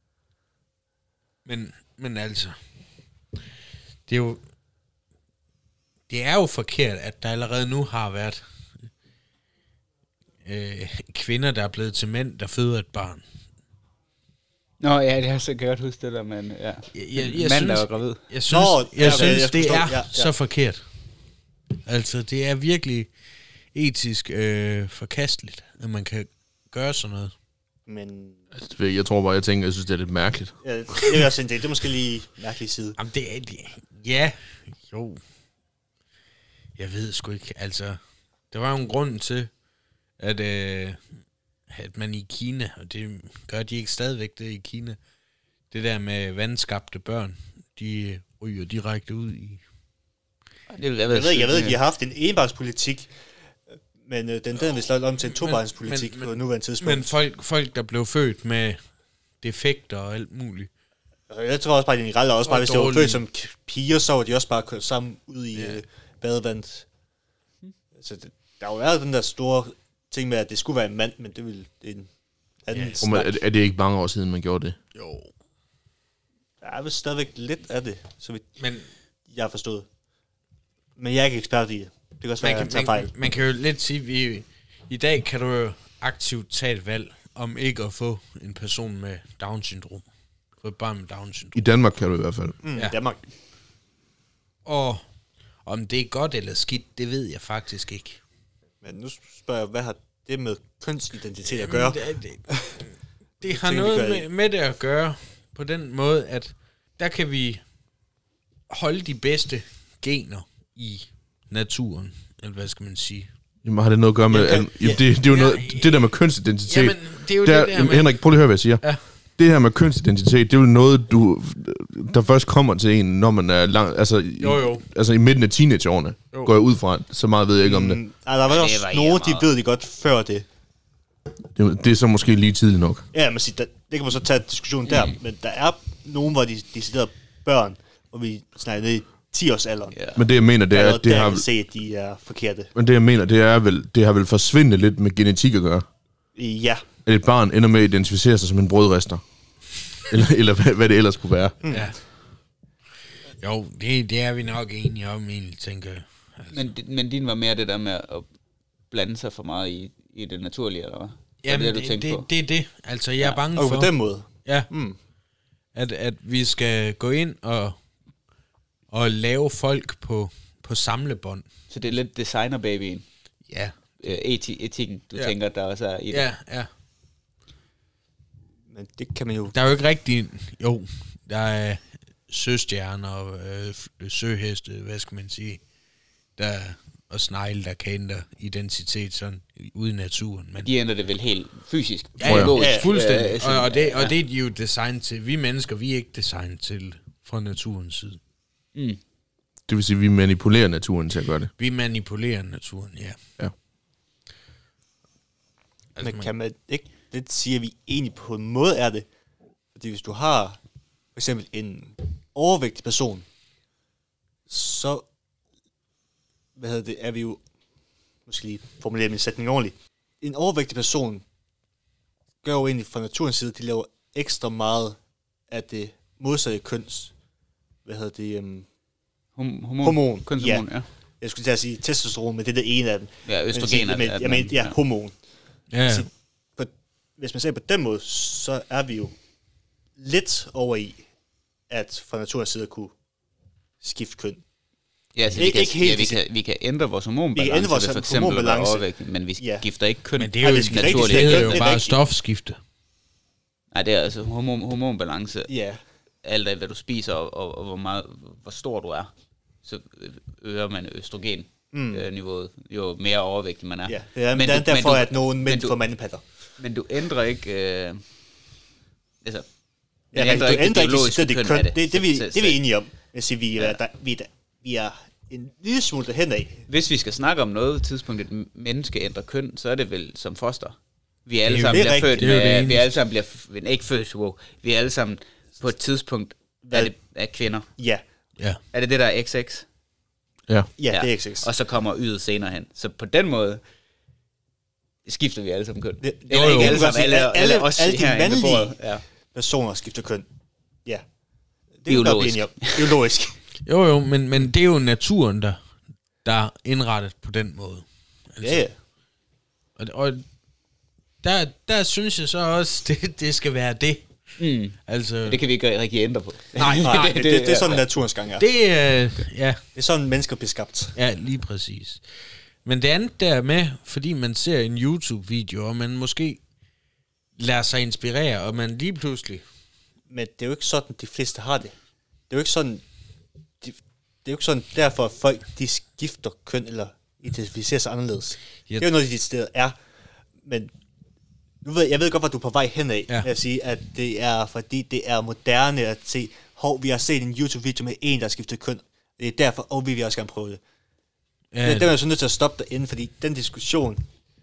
Men, men altså, det er jo, det er jo forkert, at der allerede nu har været øh, kvinder, der er blevet til mænd, der føder et barn. Nå ja, det har jeg så godt huske det der, men ja. Jeg, jeg, En jeg mand, synes, der var gravid. Jeg synes, Nå, jeg ja, okay, synes jeg skulle det forstå. er Ja, ja. så forkert. Altså, det er virkelig etisk øh, forkasteligt, at man kan gøre sådan noget. Men Altså, det ved jeg, jeg tror bare, jeg tænker, jeg synes, det er lidt mærkeligt. ja, det er også en del. Det er måske lige mærkelig side. Jamen, det er... Det, ja, jo. Jeg ved sgu ikke, altså... Der var jo en grund til, at, øh, at man i Kina, og det gør de ikke stadigvæk det i Kina, det der med vandskabte børn, de ryger direkte ud i... Det ville Jeg ved ikke, jeg ved ikke, de har haft en enbarnspolitik, men øh, den, den er vist lavet om til en tobarnspolitik men- på nuværende tidspunkt. Men folk, folk, der blev født med defekter og alt muligt. Og jeg tror også bare, at de generelt også bare, Og hvis de var dårlige. født som k- piger, så var de også bare kørt sammen ud i Ja. øh, badevandet. Så det, der har jo været den der store ting med, at det skulle være en mand, men det ville det er en anden Ja. ja. Og man, snak. er, er det ikke mange år siden, man gjorde det? Jo. Der er vist stadigvæk lidt af det, så vidt Men jeg har forstået. Men jeg er ikke ekspert i det. Det kan også være, man at jeg kan, tager man, fejl. man kan jo lidt sige, vi i dag kan du jo aktivt tage et valg om ikke at få en person med Down-syndrom. Få et barn med Down-syndrom. I Danmark kan du i hvert fald. Mm, Ja. ja. Danmark. Og om det er godt eller skidt, det ved jeg faktisk ikke. Men nu spørger jeg, hvad har det med kønsidentitet at gøre? Det, det, det har Ting, vi noget gør med, med det at gøre på den måde, at der kan vi holde de bedste gener i naturen. Eller hvad skal man sige? Jamen, har det noget at gøre med... Ja, Ja, kan- ja, det, det er jo ja, noget, ja. det der med kønsidentitet... Jamen, det er jo der, det der jamen, med... Henrik, prøv lige at høre, hvad jeg siger. Ja. Det her med kønsidentitet, det er jo noget, du, der først kommer til en, når man er lang, altså, i, Jo, jo. altså i midten af teenageårene, Jo. går jeg ud fra. Så meget ved jeg ikke om det. Mm, altså, der var det også varierer nogle, de meget. ved det godt før det. det. Det er så måske lige tidligt nok. Ja, man siger, der, det kan man så tage diskussionen der, men der er nogen, hvor de deciderer børn, hvor vi snakker ned i ti-årsalderen. Ja. Men det jeg mener, det Der er er, noget, det der har, jeg kan se, at de er forkerte. men det jeg mener, det er vel, det har vel forsvindet lidt med genetik at gøre. Ja, At et barn ender med at identificere sig som en brødrester. eller eller hvad, hvad det ellers kunne være. Ja. Jo, det, det er vi nok enige om, egentlig, tænker jeg. Men, men din var mere det der med at blande sig for meget i, i det naturlige, eller hvad? Jamen, det, det, du tænkte det, på? det er det. Altså, jeg er bange og for, på den måde. ja, Mm. at, at vi skal gå ind og, og lave folk på, på samlebånd. Så det er lidt designer-babyen, Ja, øh, eti- etikken, du Ja. ja. tænker, der også er i det. ja, ja. Men det kan man jo... Der er jo ikke rigtig... Jo, der er søstjerner, øh, søheste, hvad skal man sige, der, og snegle, der kan ændre identitet sådan ude i naturen. Men De ændrer det vel helt fysisk. ja, ja, biologisk. ja, fuldstændig. Øh, Og, og, det, og det er de jo designet til. Vi mennesker, vi er ikke designet til fra naturens side. Mm. Det vil sige, at vi manipulerer naturen til at gøre det. Vi manipulerer naturen, ja. Ja. Altså, Men kan man ikke lidt sige, at vi egentlig på en måde er det? Fordi hvis du har for eksempel en overvægtig person, så hvad hedder det, er vi jo, måske lige formulere min sætning ordentligt, en overvægtig person gør jo egentlig fra naturens side, de laver ekstra meget af det modsatte køns, hvad hedder det, um, Hom- hormon. hormon. Kønshormon, ja. Jeg skulle til at sige testosteron, men det er det ene af dem. Ja, østrogen er men, er jeg mener, ja, ja. hormon. ja, ja. Så på, hvis man ser på den måde, så er vi jo lidt over i, at fra naturens side kunne skifte køn. Ja, så Ikke- vi, kan, ikke helt ja, vi, det- kan, vi kan ændre vores hormonbalance, ændre vores ved for eksempel at være hormonbalance. overvægtig, men vi Ja. skifter ikke køn. Men det er jo, Ja, det det skal rigtig det skifte er køn, jo det er bare rigtigt. stofskifte. Nej, det er altså hormon, hormonbalance, Ja, alt af hvad du spiser, og, og, og hvor, meget, hvor stor du er. Så øger man østrogen-niveauet, mm. jo mere overvægtig man er. ja. Det er, Men men det er du- men derfor, du- at nogle men mænd du- får mandepatter. Men du ændrer ikke... Øh, altså, Ja, men du ændrer ikke biologiske det, det køn køn. af Det, det, det, vi, Så- det er vi så- enige om. Jeg siger, vi, er, der, vi, er, der, vi er en lille smule derhen af. Hvis vi skal snakke om noget tidspunkt, et menneske ændrer køn, så er det vel som foster. Vi er alle Det er jo- sammen det er bliver rigtigt. født Det er jo det med, vi eneste. er alle sammen bliver, f- ikke født, wow. Vi er alle sammen på et tidspunkt er, det, er kvinder. Ja, Ja. Er det det, der er X X? Ja. ja, det er ikke sex. Og så kommer ydet senere hen. Så på den måde skifter vi alle sammen køn. Det- Eller jo, ikke jo, alle du kan sammen, sige, alle, alle- alle os alle de herinde ved mandlige- bordet. Ja. Personer skifter køn. Ja. Det Biologisk. Er vi enige om. Biologisk. Jo, jo, men, men det er jo naturen, der, der er indrettet på den måde. Altså, Ja, ja. Og, og der, der synes jeg så også, det, det skal være det. Mm. Altså, Det kan vi ikke rigtig ændre på. Nej, nej, det, det, det er sådan, naturens gang er. Det, det er, ja, det er sådan, mennesker bliver skabt. ja, lige præcis. Men det andet der med, fordi man ser en YouTube-video, og man måske lader sig inspirere, og man lige pludselig... Men det er jo ikke sådan, de fleste har det. Det er jo ikke sådan, de, det er jo ikke sådan derfor, at folk de skifter køn, eller identificerer sig anderledes. Ja. Det er jo noget, de steder er. Men nu ved, jeg ved godt, hvor du er på vej henad, Ja. ja. Med at sige, at det er, fordi det er moderne at se, hov, vi har set en YouTube-video med en, der skifter køn. Det er derfor, og vi vil også gerne prøve det. Ja, Ja. Den er jeg så nødt til at stoppe derinde, fordi den diskussion,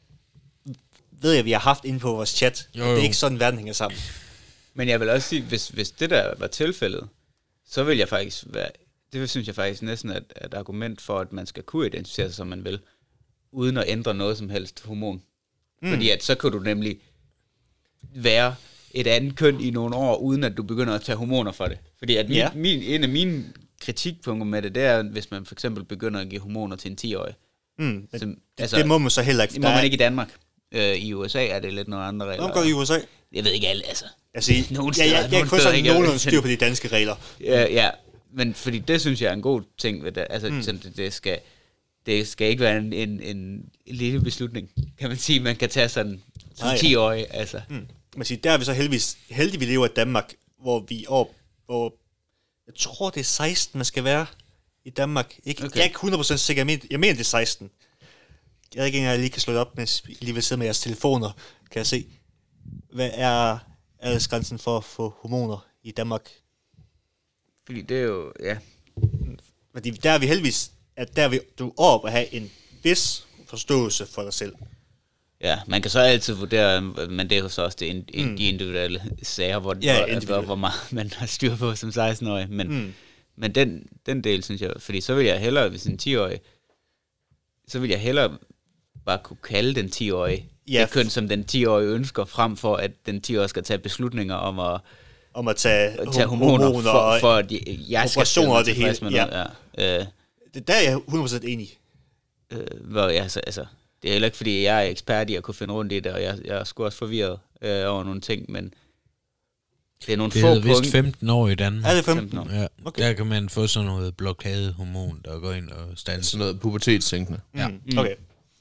ved jeg, vi har haft inde på vores chat. Jo, Det jo. er ikke sådan, verden hænger sammen. Men jeg vil også sige, hvis, hvis det der var tilfældet, så vil jeg faktisk være, det synes jeg faktisk næsten er et, et argument for, at man skal kunne identificere sig, som man vil, uden at ændre noget som helst hormon. Mm. Fordi at så kan du nemlig være et andet køn i nogle år, uden at du begynder at tage hormoner for det. Fordi at min, Ja. min, en af mine kritikpunkter med det, det er, hvis man for eksempel begynder at give hormoner til en ti-årig. Mm, men Som, det, altså, det må man så heller ikke. det må man ikke i Danmark. Øh, I U S A er det lidt nogle andre regler. Nå, går i U S A. Jeg ved ikke alle, altså. Altså, jeg, Nogle jeg, steder- jeg, jeg, nogle jeg kun steder sådan ikke, nogenlunde altså. styr på de danske regler. Ja, ja, men fordi det synes jeg er en god ting ved det. Altså, mm. sådan, det, det, skal, det skal ikke være en, en, en lille beslutning, kan man sige, man kan tage sådan som Ah, ja. ti-årig. Altså. Mm. Man siger, der er vi så heldigvis, heldige, vi lever i Danmark, hvor vi over, hvor jeg tror, det er seksten, man skal være i Danmark. Ikke, Okay. Jeg er ikke hundrede procent sikker, jeg mener, jeg mener, det er seksten. Jeg ved ikke engang, jeg lige kan slå det op, mens I lige vil sidde med jeres telefoner, kan jeg se. Hvad er aldersgrænsen for at få hormoner i Danmark? Fordi det er jo, ja. Fordi der er vi heldigvis, at der er vi, du er op at have en vis forståelse for dig selv. Ja, man kan så altid vurdere, men det er jo så også det, in, in, mm. de individuelle sager, hvor, Ja, hvor, individuelt. hvor, hvor meget man har styr på som seksten-årig. Men, Mm. men den, den del, synes jeg, fordi så vil jeg hellere, hvis en ti-årig, så vil jeg hellere bare kunne kalde den ti-årige Ja. det køn, som den ti-årige ønsker, frem for at den ti-årige skal tage beslutninger om at, Om at tage, at tage hormoner, hormoner for, og, for at jeg skal operationer og det tilfreds hele, med noget. Ja. Øh, det, der er jeg hundrede procent enig. øh, hvor jeg, altså, altså, det er heller ikke, fordi jeg er ekspert i at kunne finde rundt i det, og jeg, jeg er sgu også forvirret øh, over nogle ting, men det er nogle det få hedder vist punkter. femten år i Danmark. Er det femten? femten år. Ja, Okay. der kan man få sådan noget blokadehormon, der går ind og standser. Sådan noget pubertetssænkende. Ja. Mm. Okay.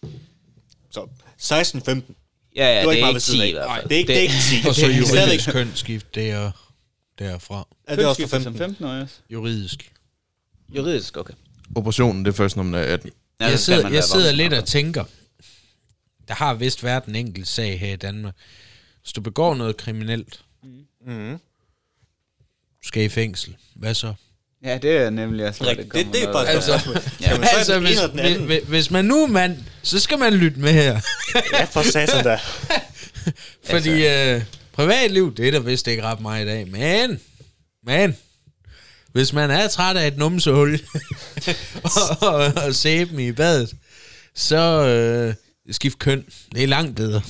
Så seksten femten. Ja, ja, Det var det ikke er meget ikke ved siden ti af. i hvert Nej, fald. det er ikke, det er ikke ti. Og så Det er stadigvæk- juridisk kønsskift, det er derfra. Er det også for Kønsskifte som femten? femten-årig også? Juridisk. Juridisk, okay. Operationen, det er først, når man er atten. Ja, Jeg så skal sidder, man jeg være sidder voksen. lidt og tænker, der har vist været en enkelt sag her i Danmark. Hvis du begår noget kriminelt, Mm. du skal i fængsel. Hvad så? Ja, det er nemlig også, når Det, det, det er noget- bare et Altså- spørgsmål. Skal man så Altså, den hvis, ene og den anden? hvis, hvis man nu er mand, så skal man lytte med her. Ja, for satan da. Fordi øh, privatliv, det er der vist ikke ret meget i dag. Men, men, hvis man er træt af et numsehul og, og, og sæben i badet, så øh, skift køn. Det er langt bedre.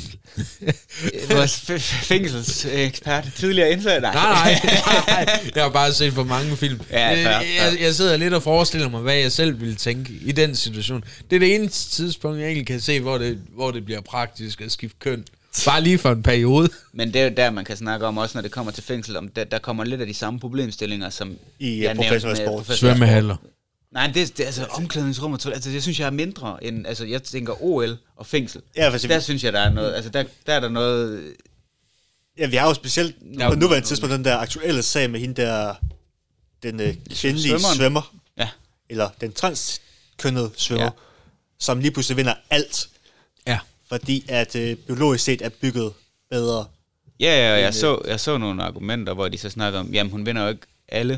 Vores f- fængselsekspert tidligere indsat. Nej, Nej, nej, nej. Jeg har bare set for mange film. Ja, Øh, fair, jeg, jeg sidder lidt og forestiller mig, hvad jeg selv ville tænke i den situation. Det er det eneste tidspunkt, jeg egentlig kan se, hvor det, hvor det bliver praktisk at skifte køn. Bare lige for en periode. Men det er jo der, man kan snakke om, også når det kommer til fængsel, om der, der kommer lidt af de samme problemstillinger, som I, jeg uh, nævnte professionel med sport. professionel Svømmehaller. Nej, det, det er altså omklædningsrum og toilet, altså det synes jeg er mindre end, altså jeg tænker O L og fængsel. Ja, for Der synes jeg, der er noget, altså der, der er der noget, Ja, vi har jo specielt Ja, på nuværende tidspunkt den der aktuelle sag med hende der, den øh, kvindelige Svømmeren. svømmer, ja, eller den transkønnede svømmer, Ja. som lige pludselig vinder alt, Ja. fordi at øh, biologisk set er bygget bedre. ja, ja, og jeg så, jeg så nogle argumenter, hvor de så snakker om, jamen hun vinder jo ikke alle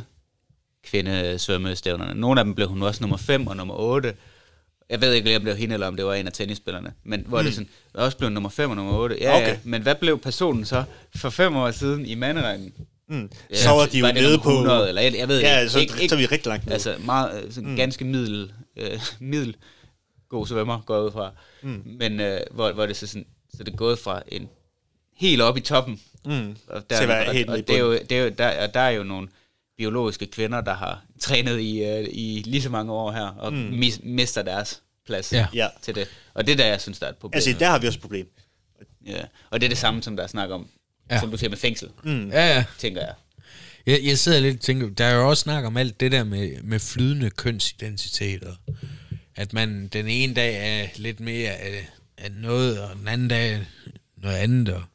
kvindesvømmestævnerne. Nogle af dem blev hun også nummer fem og nummer otte. Jeg ved ikke, om det blev hende, eller om det var en af tennisspillerne. Men hvor mm. det sådan, også blev nummer fem og nummer otte. Ja, okay. Okay. Ja, men hvad blev personen så for fem år siden i manderækken? Mm. Ja, Så var de jo det nede nummer på... hundrede, eller jeg, jeg ved Ja, ikke. så, ikke, ikke, så er vi rigtig langt nede. Altså meget, sådan mm. ganske middel, øh, middel god svømmer, går jeg ud fra. Mm. Men øh, hvor, hvor det så sådan, så det er gået fra en helt op i toppen. Mm. Og der, Til at være og, helt og nede i det er jo, det er jo, der, og der er jo nogle biologiske kvinder, der har trænet i, øh, i lige så mange år her, og mm. mis, mister deres plads Ja. Ja. til det. Og det er der, jeg synes, der er et problem. Altså, der har vi også et problem. Ja. Og det er det samme, som der er snak om, Ja. ja. som du siger med fængsel, Mm. Ja, ja. tænker jeg. Jeg, jeg sidder lidt og tænker, der er jo også snak om alt det der med, med flydende kønsidentiteter. At man den ene dag er lidt mere af, af noget, og den anden dag noget andet. Og,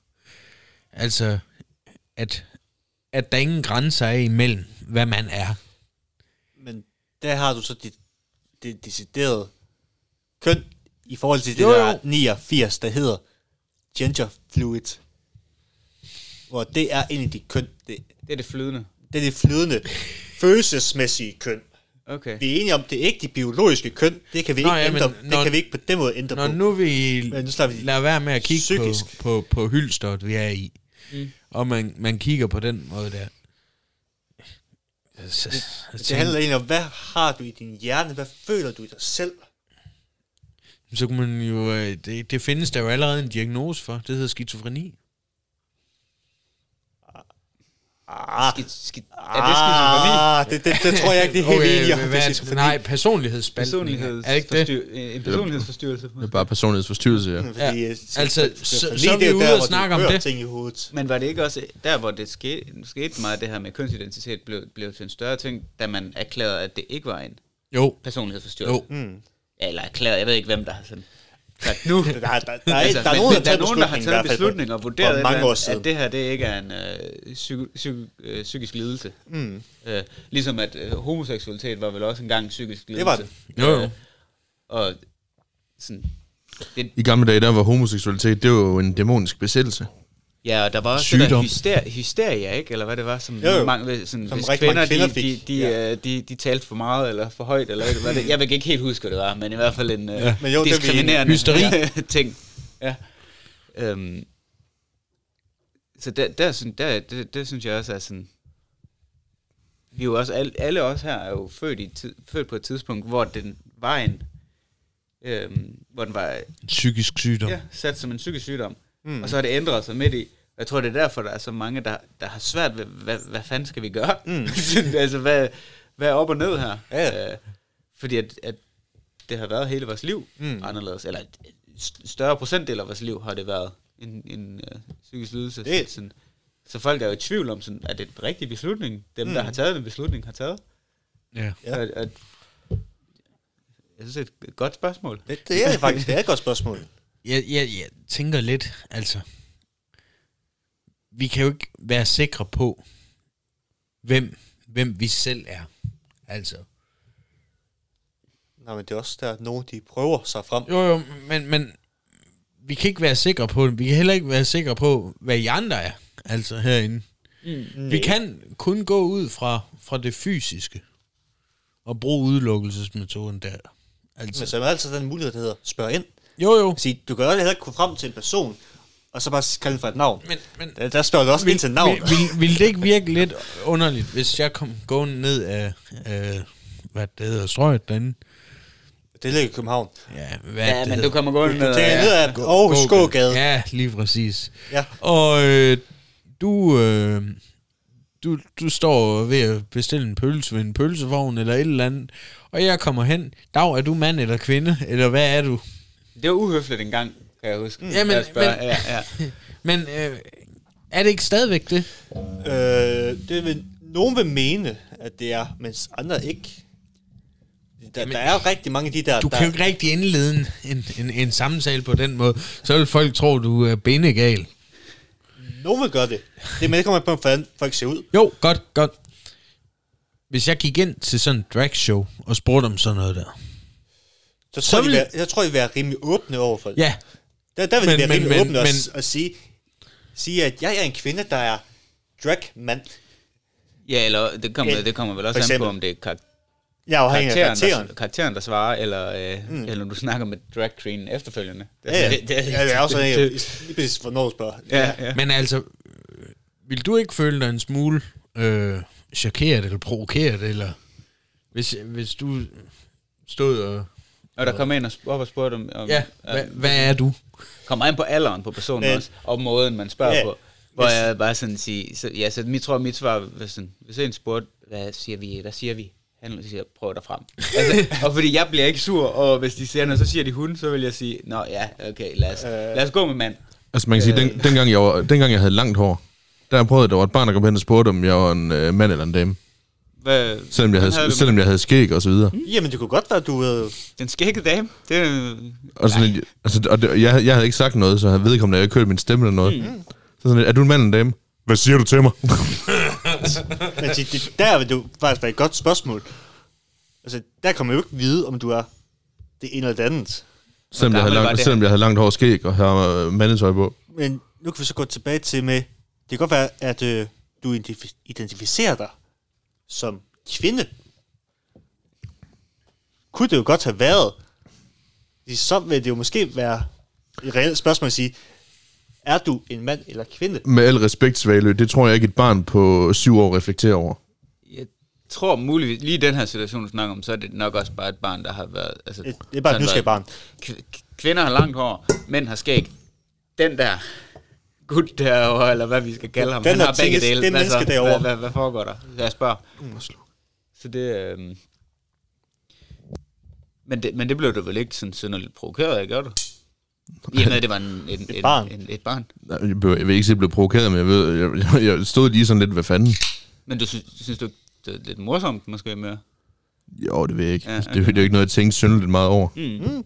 altså, at, at der ingen grænser er imellem, hvad man er. Men der har du så dit, dit deciderede køn i forhold til det Jo, jo. der niogfirs, der hedder gender fluid. Hvor det er egentlig dit køn. Det, Det er det flydende. det er det flydende, følelsesmæssige køn. Okay. Vi er enige om, det er ikke det biologiske køn. Det kan vi Nå, ikke, ja, ændre, men det når- kan vi ikke på den måde ændre Når på. nu vi, Men nu slår vi lader være med at kigge psykisk. på, på, på hyldsteret, vi er i, Mm. og man, man kigger på den måde der. Så, Det handler egentlig om, hvad har du i din hjerne? Hvad føler du i dig selv? så kan man jo, øh, det, det findes der jo allerede en diagnose for. Det hedder skizofreni. Ah, Skid, skid, er det skizofreni? ah det, det, det tror jeg ikke, det er helt Okay, enige om. hvad Det er er det? skizofreni. Nej, personlighedsspaltning. Er det ikke det? Personlighedsforstyr- en personlighedsforstyrrelse. Det er bare personlighedsforstyrrelse, ja. Fordi, Ja, øh, altså, skizofreni, så- det så er vi jo ude der, og hvor du snakke om hører det. ting i hovedet. Men var det ikke også der, hvor det skete, skete meget, det her med kønsidentitet blev, blev til en større ting, da man erklærede, at det ikke var en Jo, personlighedsforstyrrelse? jo. Mm. Ja, eller erklæret, jeg ved ikke, hvem der har sådan sagt nu. Der, der, der, der, er, Altså, der er men- nogen, der, men der er tager nogen, der har beslutningen, taget i hvert fald, beslutninger og for- vurderet, for mange år at, siden. at det her det ikke er en øh, psyko, psyko, øh, psykisk lidelse. Mm. Øh, ligesom at øh, homoseksualitet var vel også engang en psykisk lidelse. Det var det. Jo, jo. Øh, og sådan, det, I gamle dage, der var homoseksualitet, det var jo en dæmonisk besættelse. ja, og der var også det der Sygdom. hyster, hysteria, ikke? Eller hvad det var, som, Jo, jo. mange, sådan, Som hvis rigtig kvinder, mange kvinder de, fik. de, de, Ja. ja. de, de talte for meget eller for højt, eller hvad det, jeg vil ikke helt huske, hvad det var, men i hvert fald en Ja. øh, Men jo, det er vi diskriminerende Hysteri. ting. Ja. Øhm, så der, der, synes, der, det, det synes jeg også er sådan, vi er jo også, alle, alle os her er jo født, i tid, født på et tidspunkt, hvor den var en, øhm, hvor den var Psykisk sygdom. ja, sat som en psykisk sygdom. Mm. Mm. Og så har det ændret sig midt i. Jeg tror, det er derfor, der er så mange, der, der har svært ved, hvad, hvad fanden skal vi gøre? Mm. altså, hvad, hvad er op og ned her? Ja. Øh, fordi at, at det har været hele vores liv Mm. mm. anderledes. Eller et st- større procentdel af vores liv har det været en, en uh, psykisk lidelse. Det- Sådan, så folk er jo i tvivl om, sådan, er det den rigtige beslutning? Dem, Mm. der har taget den beslutning, har taget. Ja. Ja. Og, og, jeg synes, det er et godt spørgsmål. Det, det er faktisk det er et godt spørgsmål. Jeg, jeg, jeg tænker lidt, altså, vi kan jo ikke være sikre på, hvem, hvem vi selv er. Altså. Nå, men det er også der, at nogen de prøver sig frem. Jo, jo, men, men vi kan ikke være sikre på det. Vi kan heller ikke være sikre på, hvad I andre er. Altså herinde. Mm. Vi kan kun gå ud fra, fra det fysiske. Og bruge udelukkelsesmetoden der. Altså. Men så er der altid den mulighed, der hedder spørg ind. Jo, jo. Sige, du kan jo heller ikke komme frem til en person, og så bare kalde den for et navn. Men, men der, der spørger du også vil, ind til navn. Vil, vil, vil det ikke virke lidt underligt, hvis jeg kom gående ned af, af hvad det hedder, strøget derinde? Det ligger i København. Ja, hvad Ja, men du kommer gående Du ned tænker ned af... af Aarhus Skågade. Ja, lige præcis. Ja. Og øh, du, øh, du, du står ved at bestille en pølse ved en pølsevogn eller et eller andet, og jeg kommer hen. Dag, er du mand eller kvinde? Eller hvad er du? Det var uhøfligt engang, kan jeg huske. Ja, men, Jeg spørger, men, ja, ja. men øh, er det ikke stadigvæk det? Øh, det vil, nogen vil mene, at det er, mens andre ikke. Der, Jamen, der er jo rigtig mange af de der... Du der, kan jo ikke rigtig indlede en, en, en samtale på den måde. Så vil folk tro, du er bindegal. Nogen vil gøre det. Det, men det kommer på, hvordan folk ser ud. Jo, godt, godt. Hvis jeg gik ind til sådan en dragshow og spurgte om sådan noget der. Så, Så tror vil- jeg, vil... jeg tror, jeg vil være rimelig åbne over for det. Ja, Der, der vil Men- jeg være men- rimelig men- åbne og, men- s- og sige, sige, at jeg er en kvinde, der er dragmand. Ja, eller det kommer, Ja, det kommer vel for også an eksempel. på, om det er kar- Jeg er afhængig af karakteren, karakteren. der, karakteren, der svarer, eller, øh, mm. eller du snakker med drag queen efterfølgende. Det, Ja, ja. det, det, Ja, det er også det, afhængig af, det, lige præcis hvornår du spørger. ja, ja. men altså, øh, vil du ikke føle dig en smule øh, chokeret eller provokeret, eller hvis, hvis du stod og... Og der kom en og sp- op og spurgte om... om Ja, hvad, hvad er du? kommer an på alderen på personen Men- også, og måden, man spørger Ja, på. Hvor hvis- jeg bare sådan siger... Så, ja, så mit, tror mit svar, hvis, sådan, hvis en spurgte, hvad siger vi, hvad siger vi? Han siger, prøv dig frem. Altså, og fordi jeg bliver ikke sur, og hvis de siger noget, så siger de hun, så vil jeg sige, nå ja, okay, lad os, lad os gå med mand. Altså man kan sige, den, dengang, jeg var, dengang jeg havde langt hår, der prøvede jeg, der var et barn, der kom hen og spurgte, om jeg var en øh, mand eller en dame. Hvad, Selvom jeg hvordan havde, det selvom jeg havde skæg og så videre. Mm. Jamen, det kunne godt være, at du... Øh, Den skægge dame, det er... Og sådan, lidt- altså, og det, jeg, jeg havde ikke sagt noget, så havde vedkommende, at jeg ikke hørt min stemme eller noget. Mm. Så sådan lidt, er du en mand eller en dame? Hvad siger du til mig? men det, det, der vil du faktisk være et godt spørgsmål. Altså, der kan man jo ikke vide, om du er det ene eller det andet. selvom, jeg havde gammel var langt, det selvom jeg havde langt hår og skæg og har øh, mandetøj på. Men nu kan vi så gå tilbage til med... Det kan godt være, at øh, du identif- identificerer dig som kvinde. Kunne det jo godt have været. Så vil det jo måske være et reelt spørgsmål at sige, er du en mand eller kvinde? Med al respekt, Svalø, det tror jeg ikke et barn på syv år reflekterer over. Jeg tror muligvis, lige i den her situation, du snakker om, så er det nok også bare et barn, der har været... Altså, Et, det er bare et sådan nysgerrigt barn. været- K- kvinder har langt hår, mænd har skæg. Den der gut derovre, eller hvad vi skal kalde ham, Den han der har begge ting- dele. det Hvad menneske så? derovre. Hvad, hvad, hvad foregår der? Jeg spørger. Mm. Så det... Øhm, men, det, men det blev du vel ikke sådan synderligt provokeret af, gjorde du? I og med, at det var en, en, Et en, barn. En, et barn. Jeg vil, jeg vil ikke sige, at jeg blev provokeret, men jeg, ved, jeg, jeg stod lige sådan lidt, hvad fanden? Men du synes, synes du ikke, det er lidt morsomt måske med? Jo, det ved jeg ikke. Ja, Ja, okay. okay. det, det er jo ikke noget, jeg tænkte synderligt meget over. Mm.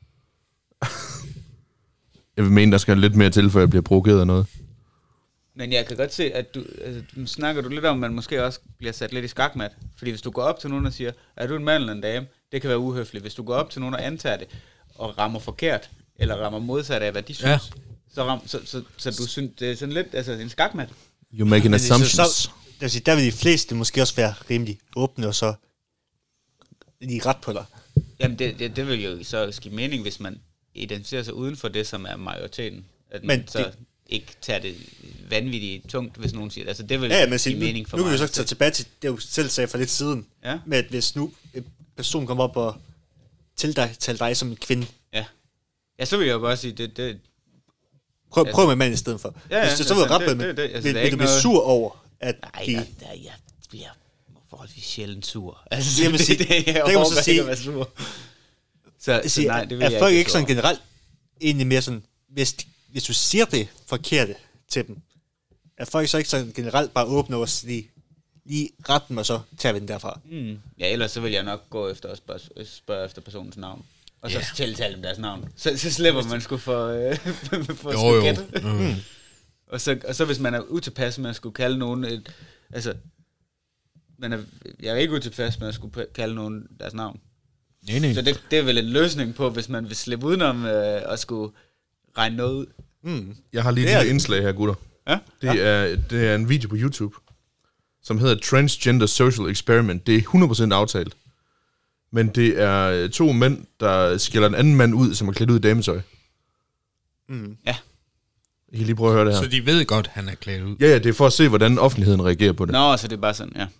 Jeg vil mene, der skal lidt mere til, før jeg bliver provokeret af noget. Men jeg kan godt se, at du, altså, nu snakker du lidt om, at man måske også bliver sat lidt i skakmat. Fordi hvis du går op til nogen og siger, er du en mand eller en dame? Det kan være uhøfligt. Hvis du går op til nogen og antager det, og rammer forkert, eller rammer modsat af, hvad de synes, Ja. ja. så, ram, så, så, så, du synes, det er sådan lidt altså, en skakmat. You make an Men det- så- assumptions. Så, det vil sige, der vil de fleste måske også være rimelig åbne, og så lige ret på dig. Jamen, det, det, det vil jo så give mening, hvis man identificerer sig uden for det, som er majoriteten. At man Men så det- ikke tager det vanvittigt tungt, hvis nogen siger det. Altså, det vil Ja, men give sig, nu, mening for nu kan vi mig. så tage tilbage til det, du selv sagde for lidt siden. Ja. Med at hvis nu en person kommer op og til dig, til dig som en kvinde, Ja. Ja, så vil jeg jo bare sige, det, det, prøv, prøv med mand i stedet for. Ja, ja, hvis det så vil altså, ret det- med, det- det- altså, vil, der er vil ikke du blive noget- sur over, at Nej, de... der, der, jeg bliver forholdsvis sjældent sur. Altså, Jeg vil sige- det, det, jeg det kan man så overgår sige- ikke at være sur. Så, så siger, nej, det vil er jeg folk ikke ikke sådan sur over. generelt egentlig mere sådan, hvis, de, hvis du siger det forkerte til dem, er folk så ikke sådan generelt bare åbne over at sige, lige retten, og så tager vi den derfra. Mm. Ja, ellers så vil jeg nok gå efter og spørge, spørge efter personens navn. Og så Ja. yeah. tiltale dem deres navn. Så, så slipper man sgu for, øh, for Jo, jo. gætte. Mm. Og så, og så hvis man er utilpas med at skulle kalde nogen et, altså, men jeg er ikke utilfreds med at skulle kalde nogen deres navn. Nej, nej. Så det, det er vel en løsning på, hvis man vil slippe udenom øh, at skulle regne noget ud. Mm. Jeg har lige et lille indslag her, gutter. Ja? Det, ja. Er, det er en video på YouTube, som hedder Transgender Social Experiment. Det er hundrede procent aftalt. Men det er to mænd, der skiller en anden mand ud, som er klædt ud i dametøj. Mm. Ja. I kan lige prøve at høre det her. Så de ved godt, han er klædt ud? Ja, ja, det er for at se, hvordan offentligheden reagerer på det. Nå, så det er bare sådan, ja.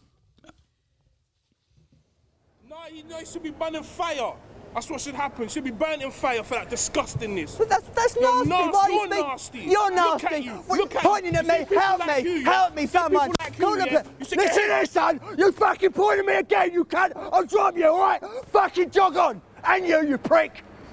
No, you know, it should be burnt in fire. That's what should happen. Should be burnt in fire for that disgustingness. But that's that's You're nasty. nas- Why you're you speak? nasty. You're Look nasty. at you. What, Look at pointing you. at You me. see people Help like me. you, yeah? Help me, You see someone. people like you, Call the yeah? pl- You should Listen get- here, son. You fucking pointing at me again. You cunt. I'll drop you, all right? Fucking jog on. And you, you prick.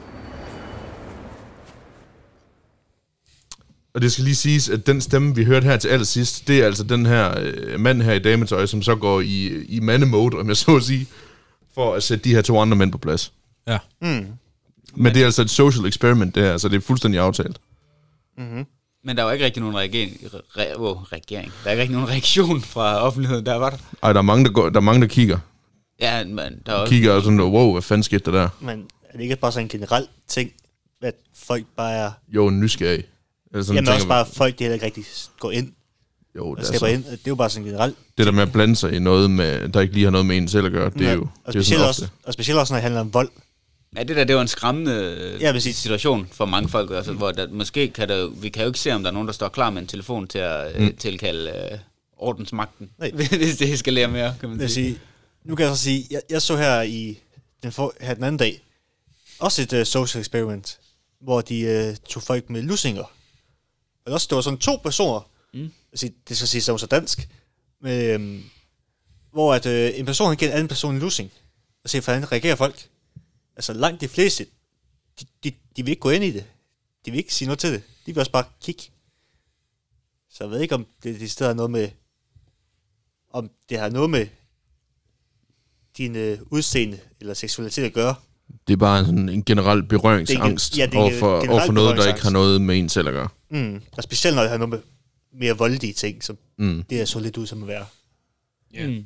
Og det skal lige siges, at den stemme, vi hørte her til allersidst, det er altså den her øh, mand her i dametøj, som så går i, i mandemode, om jeg så at sige, for at sætte de her to andre mænd på plads. Ja. Mm. Men det er altså et social experiment, det her, så det er fuldstændig aftalt. Mm-hmm. Men der var ikke rigtig nogen regering, re, oh, regering. Der er ikke rigtig nogen reaktion fra offentligheden, der var der. Ej, der er mange, der, går, der, er mange, der kigger. Ja, men der er også... Kigger og sådan, wow, hvad fanden skete der der? Men er det ikke bare sådan en generel ting, at folk bare er... Jo, nysgerrig. Eller sådan Jamen tænker også man- bare, at folk de heller ikke rigtig går ind Jo, og det er, stepper så, ind. Det er jo bare sådan generelt. det der med at blande sig i noget, med, der ikke lige har noget med en selv at gøre, det er jo, og det er jo specielt, sådan også, ofte. og specielt også, når det handler om vold. Ja, det der, det var en skræmmende Ja, præcis. situation for mange folk, altså, hvor der, måske kan der, vi kan jo ikke se, om der er nogen, der står klar med en telefon til at mm. øh, tilkalde øh, ordensmagten, Nej. hvis det eskalerer mere, kan man Jeg sige. sige, nu kan jeg så sige, jeg, jeg så her i den, for, her den anden dag, også et uh, social experiment, hvor de uh, tog folk med lussinger. Og også, det var sådan to personer, mm. sige, det skal sige som så dansk, med, um, hvor at, uh, en person giver en anden person en lussing, og se, hvordan reagerer folk. Altså langt de fleste, de, de, de vil ikke gå ind i det. De vil ikke sige noget til det. De vil også bare kigge. Så jeg ved ikke, om det, det stedet har noget med, om det har noget med din øh, udseende eller seksualitet at gøre. Det er bare sådan en generel berøringsangst Det er en gen- ja, det er en overfor, generel overfor noget, der ikke berøringsangst. har noget med en selv at gøre. Mm. Og specielt når det har noget med mere voldelige ting, som Mm. det er så lidt ud som at være. Ja. Mm.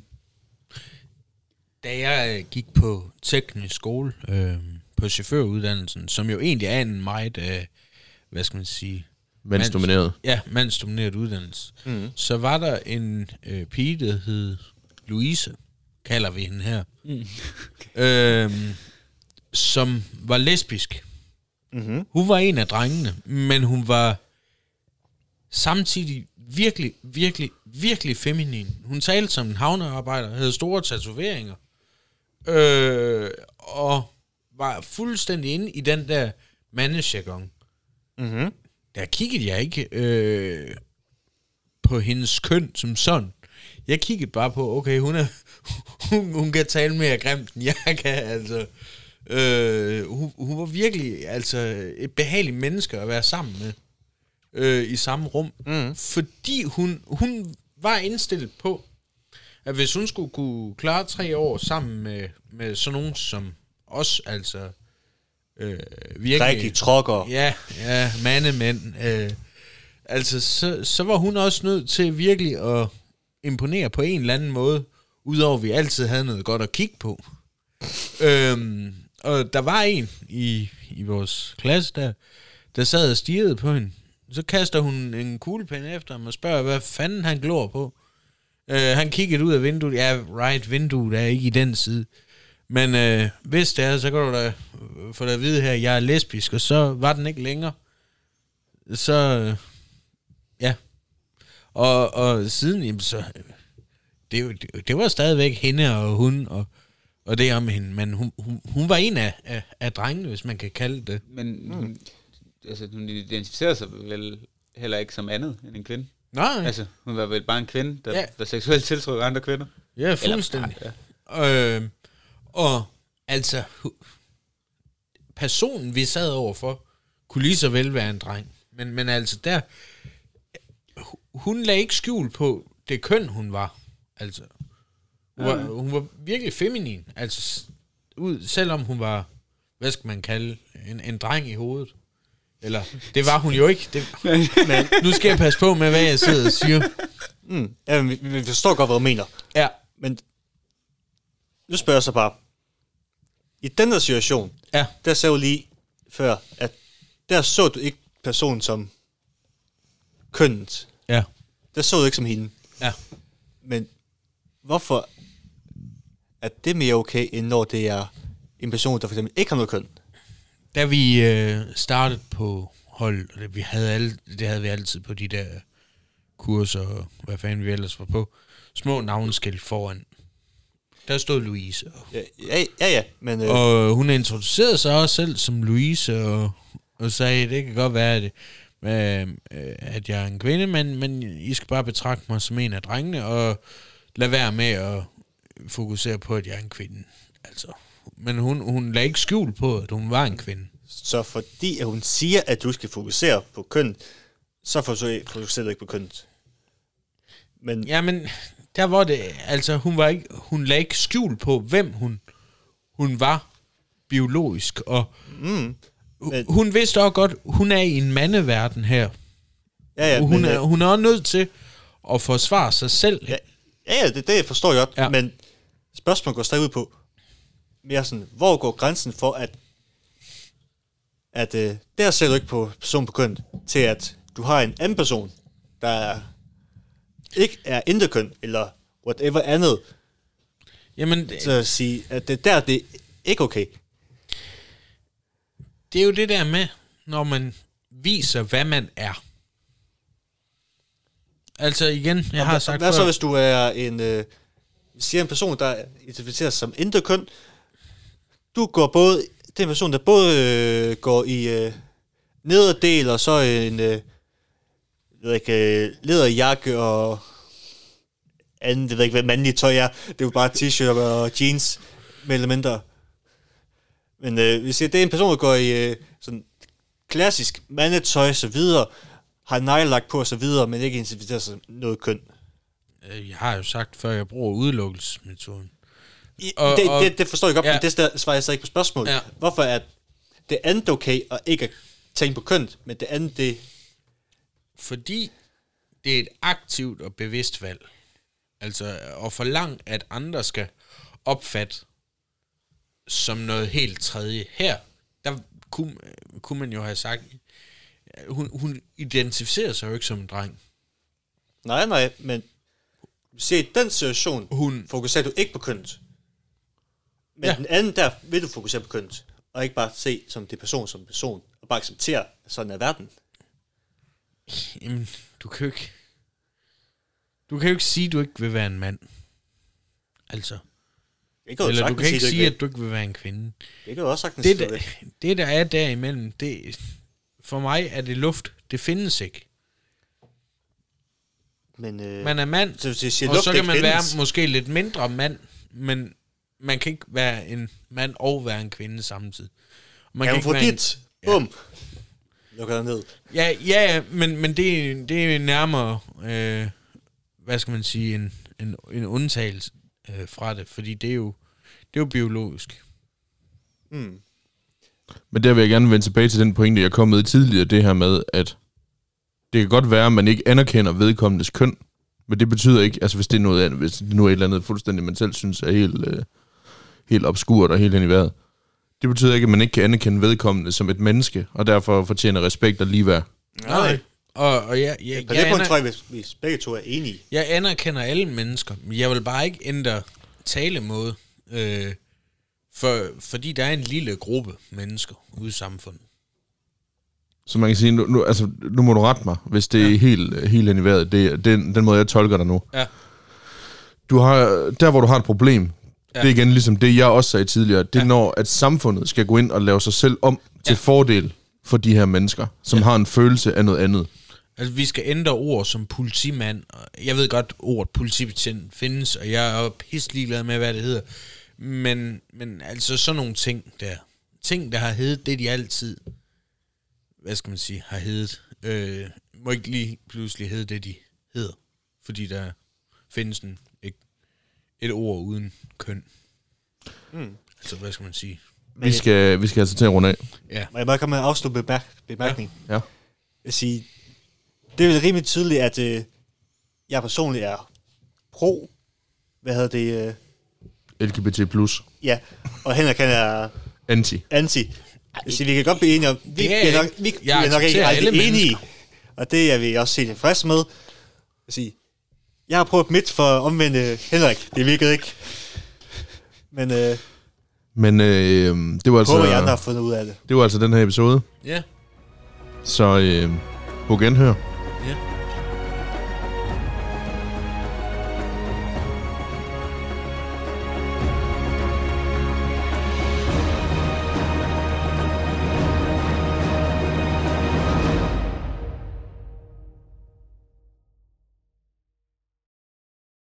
Da jeg øh, gik på teknisk skole, øh, på chaufføruddannelsen, som jo egentlig er en meget, øh, hvad skal man sige... Mandsdomineret. Ja, mandsdomineret uddannelse. Mm. Så var der en øh, pige, der hed Louise, kalder vi hende her, mm. øh, som var lesbisk. Mm-hmm. Hun var en af drengene, men hun var samtidig virkelig, virkelig, virkelig feminin. Hun talte som en havnearbejder, havde store tatoveringer, øh, og var fuldstændig inde i den der mandejargon. Mm-hmm. Der kiggede jeg ikke øh, på hendes køn som sådan. Jeg kiggede bare på, okay, hun, er, hun, hun kan tale mere grimt, end jeg kan, altså. Øh, hun, hun var virkelig altså, et behageligt menneske at være sammen med øh, i samme rum. Mm. Fordi hun, hun var indstillet på, at hvis hun skulle kunne klare tre år sammen med, med sådan nogen som os, altså øh, virkelig... Rigtig trokker. Ja, ja, mandemænd. Øh, altså, så, så var hun også nødt til virkelig at imponere på en eller anden måde, udover at vi altid havde noget godt at kigge på. øhm, og der var en i, i vores klasse, der, der sad og stirrede på hende. Så kaster hun en kuglepen efter ham og spørger, hvad fanden han glor på. Øh, han kiggede ud af vinduet. Ja, right, vinduet er ikke i den side. Men øh, hvis det er, så kan du da få dig at vide her, at jeg er lesbisk, og så var den ikke længere. Så, øh, ja. Og, og siden, jamen, så, det, det, det var stadigvæk hende og hun, og, og det om hende, men hun, hun, hun var en af, af, af drengene, hvis man kan kalde det. Men hun, altså, hun identificerer sig vel heller ikke som andet end en kvinde. Nej. Altså, hun var vel bare en kvinde, der Ja. ja. var seksuelt tiltrukket af andre kvinder. Ja, fuldstændig. Eller, ja. Øh, og altså, hu- personen, vi sad overfor, kunne lige så vel være en dreng. Men, men altså, der, hu- hun lagde ikke skjul på det køn, hun var. Altså, hun var, hun var virkelig feminin. Altså, s- ud, selvom hun var, hvad skal man kalde, en, en dreng i hovedet. Eller, det var hun jo ikke. Det, men nu skal jeg passe på med, hvad jeg sidder og siger. Mm. Ja, men vi, vi forstår godt, hvad du mener. Ja, Men nu spørger jeg så bare, i den der situation, Ja. der sagde du lige før, at der så du ikke personen som kønnet. Ja. Der så du ikke som hende. Ja. Men hvorfor er det mere okay, end når det er en person, der for eksempel ikke har noget køn? Da vi øh, startede på hold, og det, vi havde alle, det havde vi altid på de der kurser, og hvad fanden vi ellers var på, små navneskilt foran. Der stod Louise. Og, Ja, ja, ja, ja men... Øh, og hun introducerede sig også selv som Louise, og, og sagde, det kan godt være, at, øh, at jeg er en kvinde, men, men I skal bare betragte mig som en af drengene, og lad være med at fokusere på, at jeg er en kvinde. Altså, men hun, hun lagde ikke skjul på, at hun var en kvinde. så fordi at hun siger, at du skal fokusere på køn, så fokuserer du ikke på køn. Men Jamen, der var det, altså hun var ikke, hun lagde ikke skjul på, hvem hun, hun var biologisk, og Mm, men, hun vidste også godt, hun er i en mandeverden her. ja, ja, hun, men, er, øh, hun er også nødt til at forsvare sig selv. ja, ja, ja, det, det forstår jeg godt, Ja. ja. Men spørgsmålet går stadig ud på, mere sådan, hvor går grænsen for, at, at øh, der ser du ikke på person på køn, til at du har en anden person, der er, ikke er interkøn, eller whatever andet, Jamen, det, så at sige, at det der, det er ikke okay. det er jo det der med, når man viser, hvad man er. Altså igen, jeg har hvad, sagt hvad så, før, hvis du er en, øh, siger en person, der identificerer sig som interkøn, du går både, det er en person, der både øh, går i øh, nederdel, og så en øh, jeg ved ikke, øh, lederjakke og anden, jeg ved ikke, hvad mandlige tøj er. Det er jo bare t-shirt og jeans, mere eller mindre. Men øh, vi siger, det er en person, der går i øh, sådan klassisk mandetøj, så videre, har neglelagt på, så videre, men ikke identificerer sig som noget køn. øh, jeg har jo sagt før, jeg bruger udelukkelsesmetoden. I, Og- det, og- det, det forstår jeg godt, ja. ja. Men det der svarer jeg så ikke på spørgsmålet. Ja. Ja. Hvorfor er det andet okay, og ikke at tænke på køn, men det andet, det... Fordi det er et aktivt og bevidst valg. Altså at forlange, at andre skal opfatte som noget helt tredje. Her, der kunne, kunne man jo have sagt, hun, hun identificerer sig jo ikke som en dreng. Nej, nej, men se, i den situation Hun- fokuserer du ikke på køn. Men Ja. ja. den anden, der vil du fokusere på køn, og ikke bare se som det person som person, og bare acceptere, at sådan er verden. Jamen, du kan jo ikke... Du kan jo ikke sige, at du ikke vil være en mand. Altså. Det kan jo Eller du sagtens kan ikke sige, sige, at at du ikke vil være en kvinde. det kan jo også sagtens Det sige, der, det. det, der er derimellem, det, for mig er det luft. Det findes ikke. Men, øh, Man er mand, så hvis jeg siger, og luft så kan ikke man være findes, måske lidt mindre mand, men man kan ikke være en mand og være en kvinde samtidig. Man kan ikke få være en- dit. Bum. Lukker jeg ned. Ja, ja, ja, men, men det, er- det er nærmere, øh, hvad skal man sige, en, en, en undtagelse øh, fra det, fordi det er jo, det er jo biologisk. Mm. Men der vil jeg gerne vende tilbage til den pointe, jeg kom med tidligere, det her med, at det kan godt være, at man ikke anerkender vedkommendes køn, men det betyder ikke, altså hvis det er noget andet, hvis det nu er et eller andet fuldstændig, man selv synes er helt, øh, helt obskurt og helt hen i vejret, det betyder ikke, at man ikke kan anerkende vedkommende som et menneske, og derfor fortjener respekt og ligeværd. Nej. Og, og jeg, jeg, På jeg, det punkt aner, tror jeg, hvis vi begge to er enige. jeg anerkender alle mennesker, men jeg vil bare ikke ændre talemåde, øh, for, fordi der er en lille gruppe mennesker ude i samfundet. Så man kan sige, nu, nu, altså, nu må du rette mig, hvis det ja. er helt, helt hen i vejret, det er den, den måde, jeg tolker dig nu. Ja. Du har, der, hvor du har et problem, Ja. ja. det er igen ligesom det, jeg også sagde tidligere, det er Ja. når, at samfundet skal gå ind og lave sig selv om til Ja. fordel for de her mennesker, som ja. har en følelse af noget andet. Altså, vi skal ændre ord som politimand. og Jeg ved godt, ordet politibetjent findes, og jeg er pisse ligeglad med, hvad det hedder. Men, men altså sådan nogle ting der. Ting, der har heddet det, de altid, hvad skal man sige, har heddet, øh, må ikke lige pludselig hedde det, de hedder. Fordi der findes en, et, et ord uden køn. Mm. Altså, hvad skal man sige? Vi skal, vi skal altså til at runde af. Ja. Må jeg bare komme med en afsluttende bemærk- bemærkning? Ja. Ja. Jeg siger, det er vel rimelig tydeligt, at øh, jeg personligt er pro hvad hedder det? Øh, L G B T plus. Ja, og Henrik han er... Anti. Anti. Så vi kan godt blive enige om... Vi Det er er nok, ikke- vi, vi jeg er nok ikke accepterer alle rigtig enige. mennesker. Og det er vi også helt tilfreds med. Jeg, sige, jeg har prøvet mit for at omvende Henrik. Det virkede ikke. Men øh, Men øh, det var altså... håber, jeg andre har fundet ud af det. Det var altså den her episode. Ja. Så øh, på genhør. Ja.